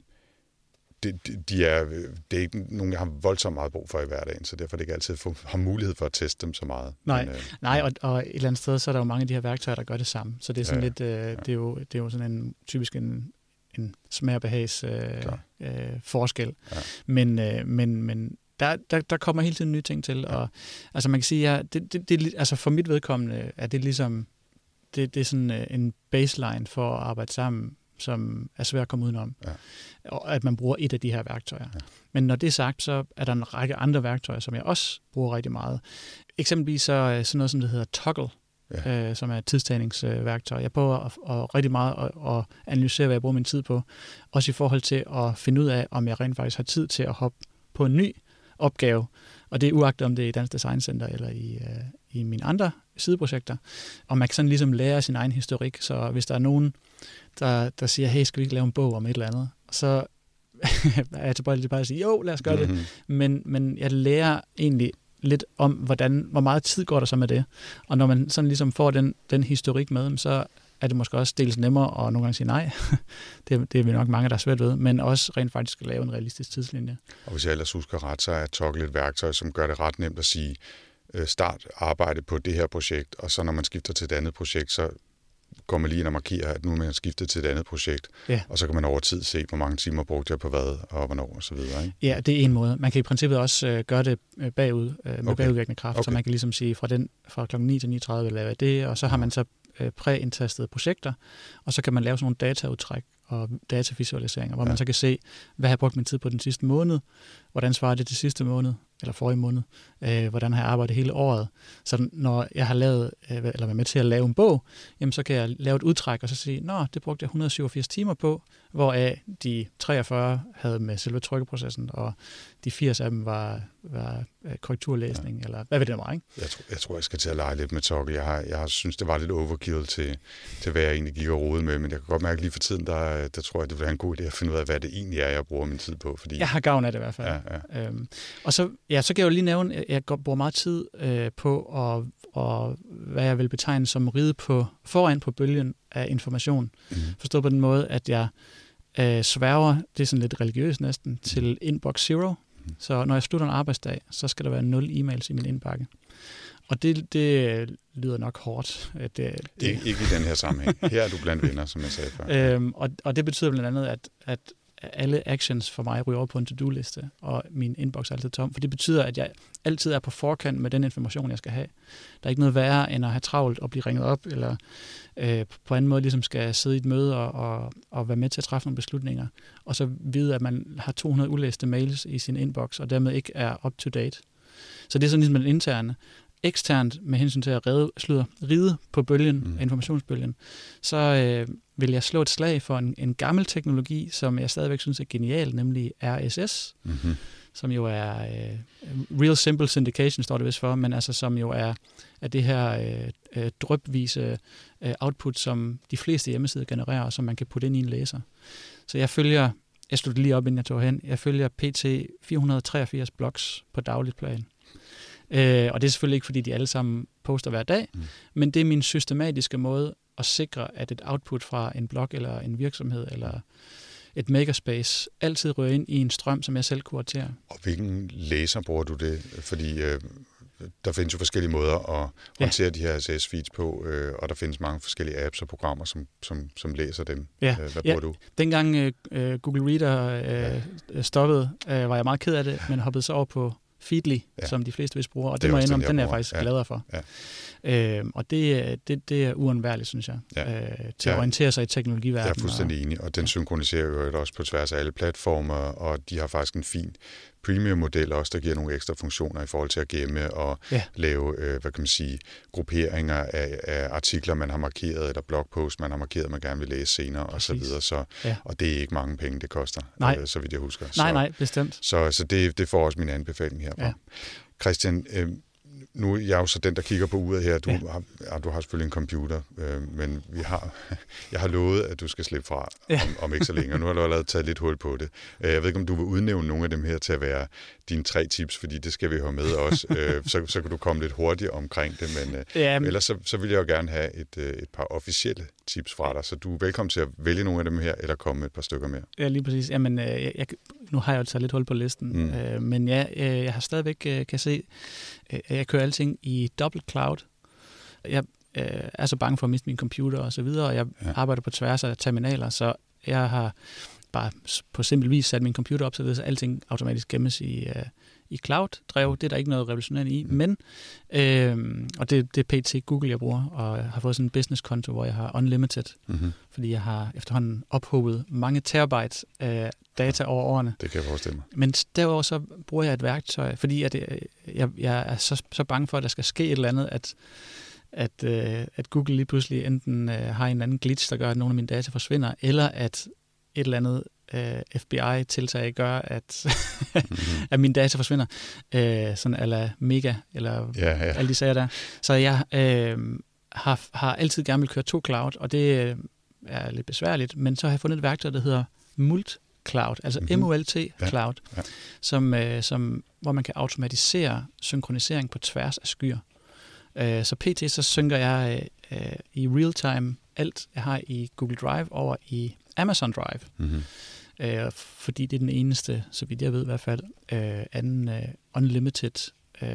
De, de er, det er ikke nogen, jeg har voldsomt meget brug for i hverdagen, så derfor er det ikke altid for, har mulighed for at teste dem så meget. Nej, Men, øh, nej og, og et eller andet sted, så er der jo mange af de her værktøjer, der gør det samme. Så det er sådan ja, lidt, øh, ja. det, er jo, det er jo sådan en typisk en, en smag og behags øh, øh, forskel. Ja. Men, øh, men, men der, der, der kommer hele tiden nye ting til. Ja. Og, altså man kan sige, ja, det, det, det, altså for mit vedkommende er det ligesom, det, det er sådan en baseline for at arbejde sammen, som er svært at komme udenom, ja. Og at man bruger et af de her værktøjer. Ja. Men når det er sagt, så er der en række andre værktøjer, som jeg også bruger rigtig meget. Eksempelvis så sådan noget, som det hedder Toggle, ja. øh, som er et tidstagningsværktøj. Jeg prøver at, at rigtig meget at, at analysere, hvad jeg bruger min tid på, også i forhold til at finde ud af, om jeg rent faktisk har tid til at hoppe på en ny opgave, og det er uagtet om det er i Dansk Design Center eller i, øh, i mine andre sideprojekter. Og man kan sådan ligesom lære sin egen historik, så hvis der er nogen, der, der siger, hey, skal vi ikke lave en bog om et eller andet, så er jeg tilbøjelig til bare at sige, jo, lad os gøre mm-hmm. det. Men, men jeg lærer egentlig lidt om, hvordan, hvor meget tid går der så med det. Og når man sådan ligesom får den, den historik med, så er det måske også dels nemmere og nogle gange sige nej. det, det er vi nok mange, der er svært ved, men også rent faktisk at lave en realistisk tidslinje. Og hvis jeg ellers husker ret, så er Toggle et værktøj, som gør det ret nemt at sige, start arbejde på det her projekt, og så når man skifter til et andet projekt, så går man lige ind og markerer, at nu er man skiftet til et andet projekt, ja. Og så kan man over tid se, hvor mange timer brugte jeg på hvad, og hvornår, og så videre. Ikke? Ja, det er en måde. Man kan i princippet også øh, gøre det bagud, øh, med okay. bagudvirkende kraft, okay. Så man kan ligesom sige, fra, den, fra klokken ni til ni tredive laver jeg det, og så har man så øh, præindtastede projekter, og så kan man lave sådan nogle dataudtræk og datavisualiseringer, hvor ja. Man så kan se, hvad har jeg brugt min tid på den sidste måned, hvordan svarer det til sidste måned, eller forrige måned, øh, hvordan har jeg arbejdet hele året. Så når jeg har lavet, øh, eller været med til at lave en bog, jamen så kan jeg lave et udtræk og så sige, nå, det brugte jeg et hundrede og syvogfirs timer på, hvoraf de treogfyrre havde med selve trykkeprocessen, og de firs af dem var, var korrekturlæsning, ja. Eller hvad ved det mig, ikke? Jeg tror, jeg tror, jeg skal til at lege lidt med Toggle. Jeg har, jeg har synes, det var lidt overkill til, til, hvad jeg egentlig gik og rodede med, men jeg kan godt mærke lige for tiden, der, der tror jeg, det vil være en god idé at finde ud af, hvad det egentlig er, jeg bruger min tid på. Fordi... Jeg har gavn af det i hvert fald. Ja, ja. Øhm, og så, ja, så kan jeg jo lige nævne, at jeg bruger meget tid øh, på, at, og, hvad jeg vil betegne som ride på, foran på bølgen af information. Mm. Forstået på den måde, at jeg øh, sværger, det er sådan lidt religiøst næsten, til inbox zero. Mm. Så når jeg slutter en arbejdsdag, så skal der være nul e-mails i min indbakke. Og det, det lyder nok hårdt. Det, det... Ikke, ikke i den her sammenhæng. Her er du blandt venner, som jeg sagde før. Øhm, og, og det betyder blandt andet, at, at alle actions for mig ryger over på en to-do-liste, og min inbox er altid tom. For det betyder, at jeg altid er på forkant med den information, jeg skal have. Der er ikke noget værre, end at have travlt og blive ringet op, eller øh, på anden måde ligesom skal sidde i et møde og, og, og være med til at træffe nogle beslutninger, og så vide, at man har to hundrede ulæste mails i sin inbox, og dermed ikke er up-to-date. Så det er sådan ligesom den interne. Eksternt med hensyn til at ride, slutter, ride på bølgen, mm. informationsbølgen, så øh, vil jeg slå et slag for en, en gammel teknologi, som jeg stadigvæk synes er genial, nemlig R S S, mm-hmm. som jo er øh, Real Simple Syndication, står det vist for, men altså som jo er, er det her øh, drypvise øh, output, som de fleste hjemmesider genererer, og som man kan putte ind i en læser. Så jeg følger, jeg slutter lige op, inden jeg tog hen, jeg følger pt. fire hundrede og treogfirs blogs på dagligt plan. Øh, og det er selvfølgelig ikke, fordi de alle sammen poster hver dag, mm. men det er min systematiske måde at sikre, at et output fra en blog eller en virksomhed eller et makerspace altid rører ind i en strøm, som jeg selv kuraterer. Og hvilken læser bruger du det? Fordi øh, der findes jo forskellige måder at håndtere ja. de her R S S-feeds på, øh, og der findes mange forskellige apps og programmer, som, som, som læser dem. Ja. Hvad ja. bruger du? Dengang øh, Google Reader øh, ja. stoppede, øh, var jeg meget ked af det, men hoppede så over på Feedly, ja. som de fleste vist bruger, og det, det må jeg indrømme, den er jeg faktisk ja. gladere for. Ja. Øh, og det, det, det er uundværligt, synes jeg, ja. øh, til ja. at orientere sig i teknologiverdenen. Jeg er fuldstændig og, enig, og den synkroniserer jo også på tværs af alle platformer, og de har faktisk en fin premium-model også, der giver nogle ekstra funktioner i forhold til at gemme og ja. lave, øh, hvad kan man sige, grupperinger af, af artikler, man har markeret, eller blogpost, man har markeret, man gerne vil læse senere, og så videre. Så, ja. Og det er ikke mange penge, det koster, øh, så vidt jeg husker. Nej, så, nej, bestemt. Så, så det, det får også min anbefaling herfra. Ja. Christian, øh, nu er jeg jo så den, der kigger på uret her. Du, ja. har, ja, du har selvfølgelig en computer, øh, men vi har, jeg har lovet, at du skal slippe fra ja. om, om ikke så længe, og nu har du allerede taget lidt hul på det. Jeg ved ikke, om du vil udnævne nogle af dem her til at være dine tre tips, fordi det skal vi have med også. øh, så, så kan du komme lidt hurtigt omkring det, men øh, ja, men... ellers så, så vil jeg jo gerne have et, øh, et par officielle tips fra dig, så du er velkommen til at vælge nogle af dem her, eller komme med et par stykker mere. Ja, lige præcis. Jamen, øh, jeg, jeg, nu har jeg jo taget lidt hul på listen, mm. øh, men ja, øh, jeg har stadigvæk, øh, kan se, øh, jeg kører alting i double cloud. Jeg øh, er så bange for at miste min computer og så videre, og jeg ja. arbejder på tværs af terminaler, så jeg har bare på simpel vis sat min computer op, så alting automatisk gemmes i, øh, i cloud-drev. Det er der ikke noget revolutionerende i, mm. men, øh, og det, det er P T Google, jeg bruger, og jeg har fået sådan en business-konto, hvor jeg har unlimited, mm-hmm. fordi jeg har efterhånden ophobet mange terabyte af data over årene. Det kan jeg forestille mig. Men derudover så bruger jeg et værktøj, fordi at jeg, jeg er så, så bange for, at der skal ske et eller andet, at at, øh, at Google lige pludselig enten øh, har en anden glitch, der gør, at nogle af mine data forsvinder, eller at et eller andet øh, F B I-tiltag gør, at, mm-hmm. at mine data forsvinder. Øh, sådan ala mega, eller ja, ja. alle de sager der. Så jeg øh, har, har altid gerne vil køre to cloud, og det øh, er lidt besværligt, men så har jeg fundet et værktøj, der hedder Mult Cloud, altså mm-hmm. M U L T Cloud, ja. Ja. Som, øh, som, hvor man kan automatisere synkronisering på tværs af skyer. Øh, så pt. Så synker jeg øh, i real time alt, jeg har i Google Drive over i Amazon Drive. Mm-hmm. Øh, fordi det er den eneste, så vidt jeg ved i hvert fald, øh, anden øh, unlimited øh,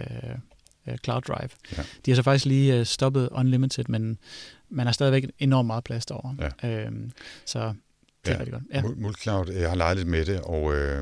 cloud drive. Ja. De har så faktisk lige øh, stoppet unlimited, men man har stadigvæk enormt meget plads derovre. Ja. Øh, så det er ja. rigtig godt. Ja. Multicloud, jeg har leget lidt med det, og øh,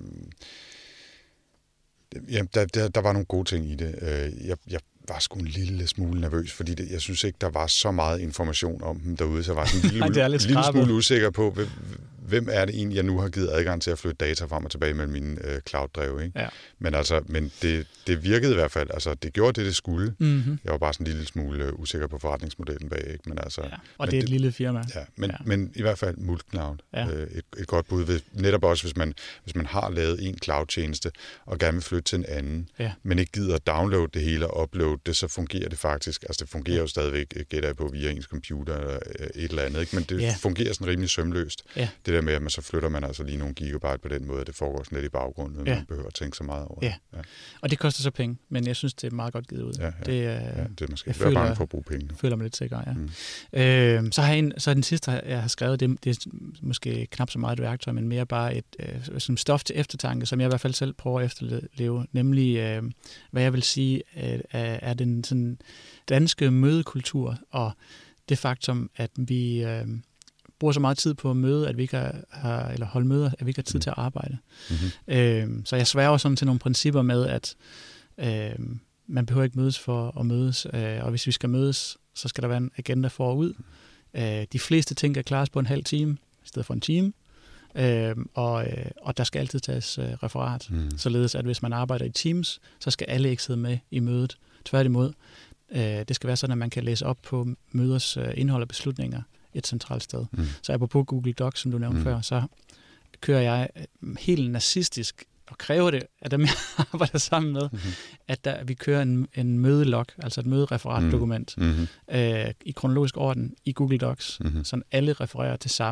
ja, der, der, der var nogle gode ting i det. Jeg, jeg var sgu en lille smule nervøs, fordi det, jeg synes ikke, der var så meget information om dem derude, så jeg var sådan en lille, Ej, lille smule usikker på, hvem er det egentlig, jeg nu har givet adgang til at flytte data frem og tilbage mellem mine øh, cloud-drev, ikke? Ja. Men altså, men det, det virkede i hvert fald, altså det gjorde det, det skulle. Mm-hmm. Jeg var bare sådan en lille smule usikker på forretningsmodellen bag, ikke? Men altså, ja. Og det er et det, lille firma. Ja, men, ja. men i hvert fald Multicloud, ja. øh, et, et godt bud, ved, netop også hvis man, hvis man har lavet en cloud-tjeneste og gerne vil flytte til en anden, ja. men ikke gider at downloade det hele og uploade det, så fungerer det faktisk, altså det fungerer ja. jo stadigvæk, gætter jeg på, via ens computer eller et eller andet, ikke? Men det ja. fungerer sådan rimelig sømløst. Ja. Det der med, at man så flytter man altså lige nogle gigabyte på den måde, at det foregår sådan lidt i baggrunden, ja. man behøver at tænke så meget over. Ja. Ja. Og det koster så penge, men jeg synes, det er meget godt givet ud. Ja, ja. Det, ja, det er måske være bange for at bruge penge. Jeg føler mig lidt sikker, ja. Mm. Øh, så har jeg en, så den sidste, jeg har skrevet, det, det er måske knap så meget et værktøj, men mere bare et øh, som stof til eftertanke, som jeg i hvert fald selv prøver at efterleve, nemlig, øh, hvad jeg vil sige, øh, er den sådan danske mødekultur, og det faktum, at vi øh, bruger så meget tid på at møde, at vi ikke har, eller holde møder, at vi ikke har tid mm. til at arbejde. Mm-hmm. Øh, så jeg sværger sådan til nogle principper med, at øh, man behøver ikke mødes for at mødes, øh, og hvis vi skal mødes, så skal der være en agenda forud. Øh, de fleste ting kan klares på en halv time, i stedet for en time, øh, og, øh, og der skal altid tages øh, referat, mm. således at hvis man arbejder i Teams, så skal alle ikke sidde med i mødet. Tværtimod, øh, det skal være sådan, at man kan læse op på møders øh, indhold og beslutninger et centralt sted. Mm. Så apropos Google Docs, som du nævnte mm. før, så kører jeg helt narcissistisk og kræver det af dem, jeg arbejder sammen med, mm-hmm. at der, vi kører en, en mødelog, altså et mødereferatdokument, mm-hmm. øh, i kronologisk orden i Google Docs, mm-hmm. så alle refererer til samme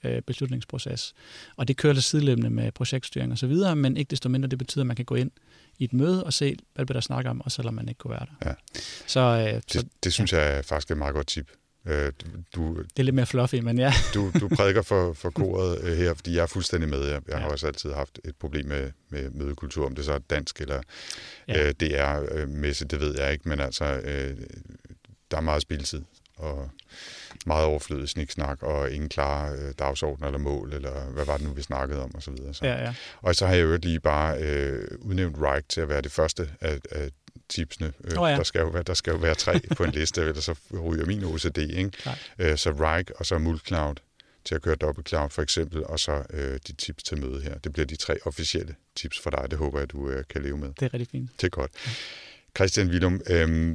øh, beslutningsproces. Og det kører lidt sideløbende med projektstyring og så videre, men ikke desto mindre, det betyder, at man kan gå ind i et møde og se, hvad bliver der snakket om, og selvom man ikke kunne være der. Ja. Så, øh, det, så, det synes ja. jeg er faktisk et meget godt tip. Du, det er lidt mere fluffy, men ja. du, du prædiker for, for koret her, fordi jeg er fuldstændig med. Jeg, jeg har ja. også altid haft et problem med, med mødekultur, om det så er dansk eller ja. øh, det er messe, det ved jeg ikke, men altså, øh, der er meget spilletid og meget overflødig sniksnak og ingen klare øh, dagsordner eller mål, eller hvad var det nu, vi snakkede om, og så videre. Så. Ja, ja. Og så har jeg jo lige bare øh, udnævnt Wrike til at være det første af, af tipsene. Oh, ja. der, skal jo være, der skal jo være tre på en liste, ellers så ryger min O C D. Ikke? Øh, så Wrike og så Multicloud til at køre dobbeltcloud for eksempel, og så øh, de tips til møde her. Det bliver de tre officielle tips for dig. Det håber jeg, du øh, kan leve med. Det er rigtig fint. Det er godt. Christian Willum, øh,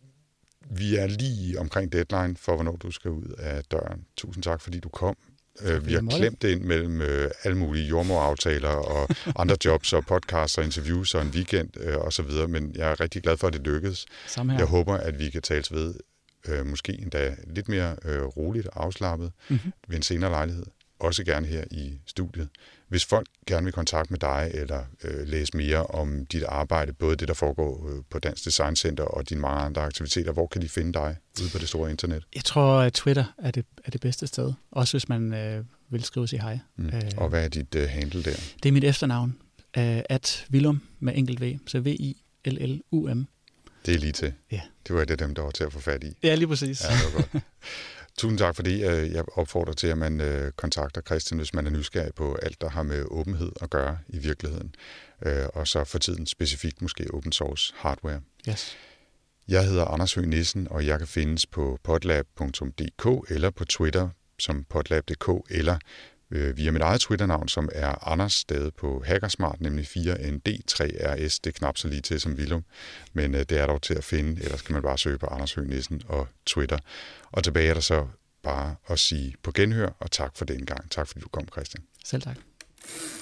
vi er lige omkring deadline for, hvornår du skal ud af døren. Tusind tak, fordi du kom. Tak, vi har klemt det ind mellem øh, alle mulige jordmoraftaler og andre jobs og podcasts og interviews og en weekend øh, og så videre, men jeg er rigtig glad for, at det lykkedes. Jeg håber, at vi kan tales ved øh, måske endda lidt mere øh, roligt og afslappet mm-hmm. ved en senere lejlighed. Også gerne her i studiet. Hvis folk gerne vil kontakte med dig eller øh, læse mere om dit arbejde, både det, der foregår øh, på Dansk Design Center og dine mange andre aktiviteter, hvor kan de finde dig ude på det store internet? Jeg tror, at Twitter er det, er det bedste sted. Også hvis man øh, vil skrive sig hej. Mm. Øh, og hvad er dit øh, handle der? Det er mit efternavn. Øh, at Willum med enkelt V. Så V I L L U M. Det er lige til. Ja. Det var det dem, der var til at få fat i. Ja, lige præcis. Ja, det var godt. Tusind tak, fordi jeg opfordrer til, at man kontakter Christian, hvis man er nysgerrig på alt, der har med åbenhed at gøre i virkeligheden. Og så for tiden specifikt måske open source hardware. Yes. Jeg hedder Anders Høgh Nissen, og jeg kan findes på podlab punktum d k eller på Twitter som podlab punktum d k eller via mit eget Twitter-navn, som er Anders, stadig på Hackersmart, nemlig fire N D tre R S. Det er knap så lige til som Willum, men det er dog til at finde. ellers kan man bare søge på Anders Høgh Nissen og Twitter. Og tilbage er der så bare at sige på genhør, og tak for den gang. Tak fordi du kom, Christian. Selv tak.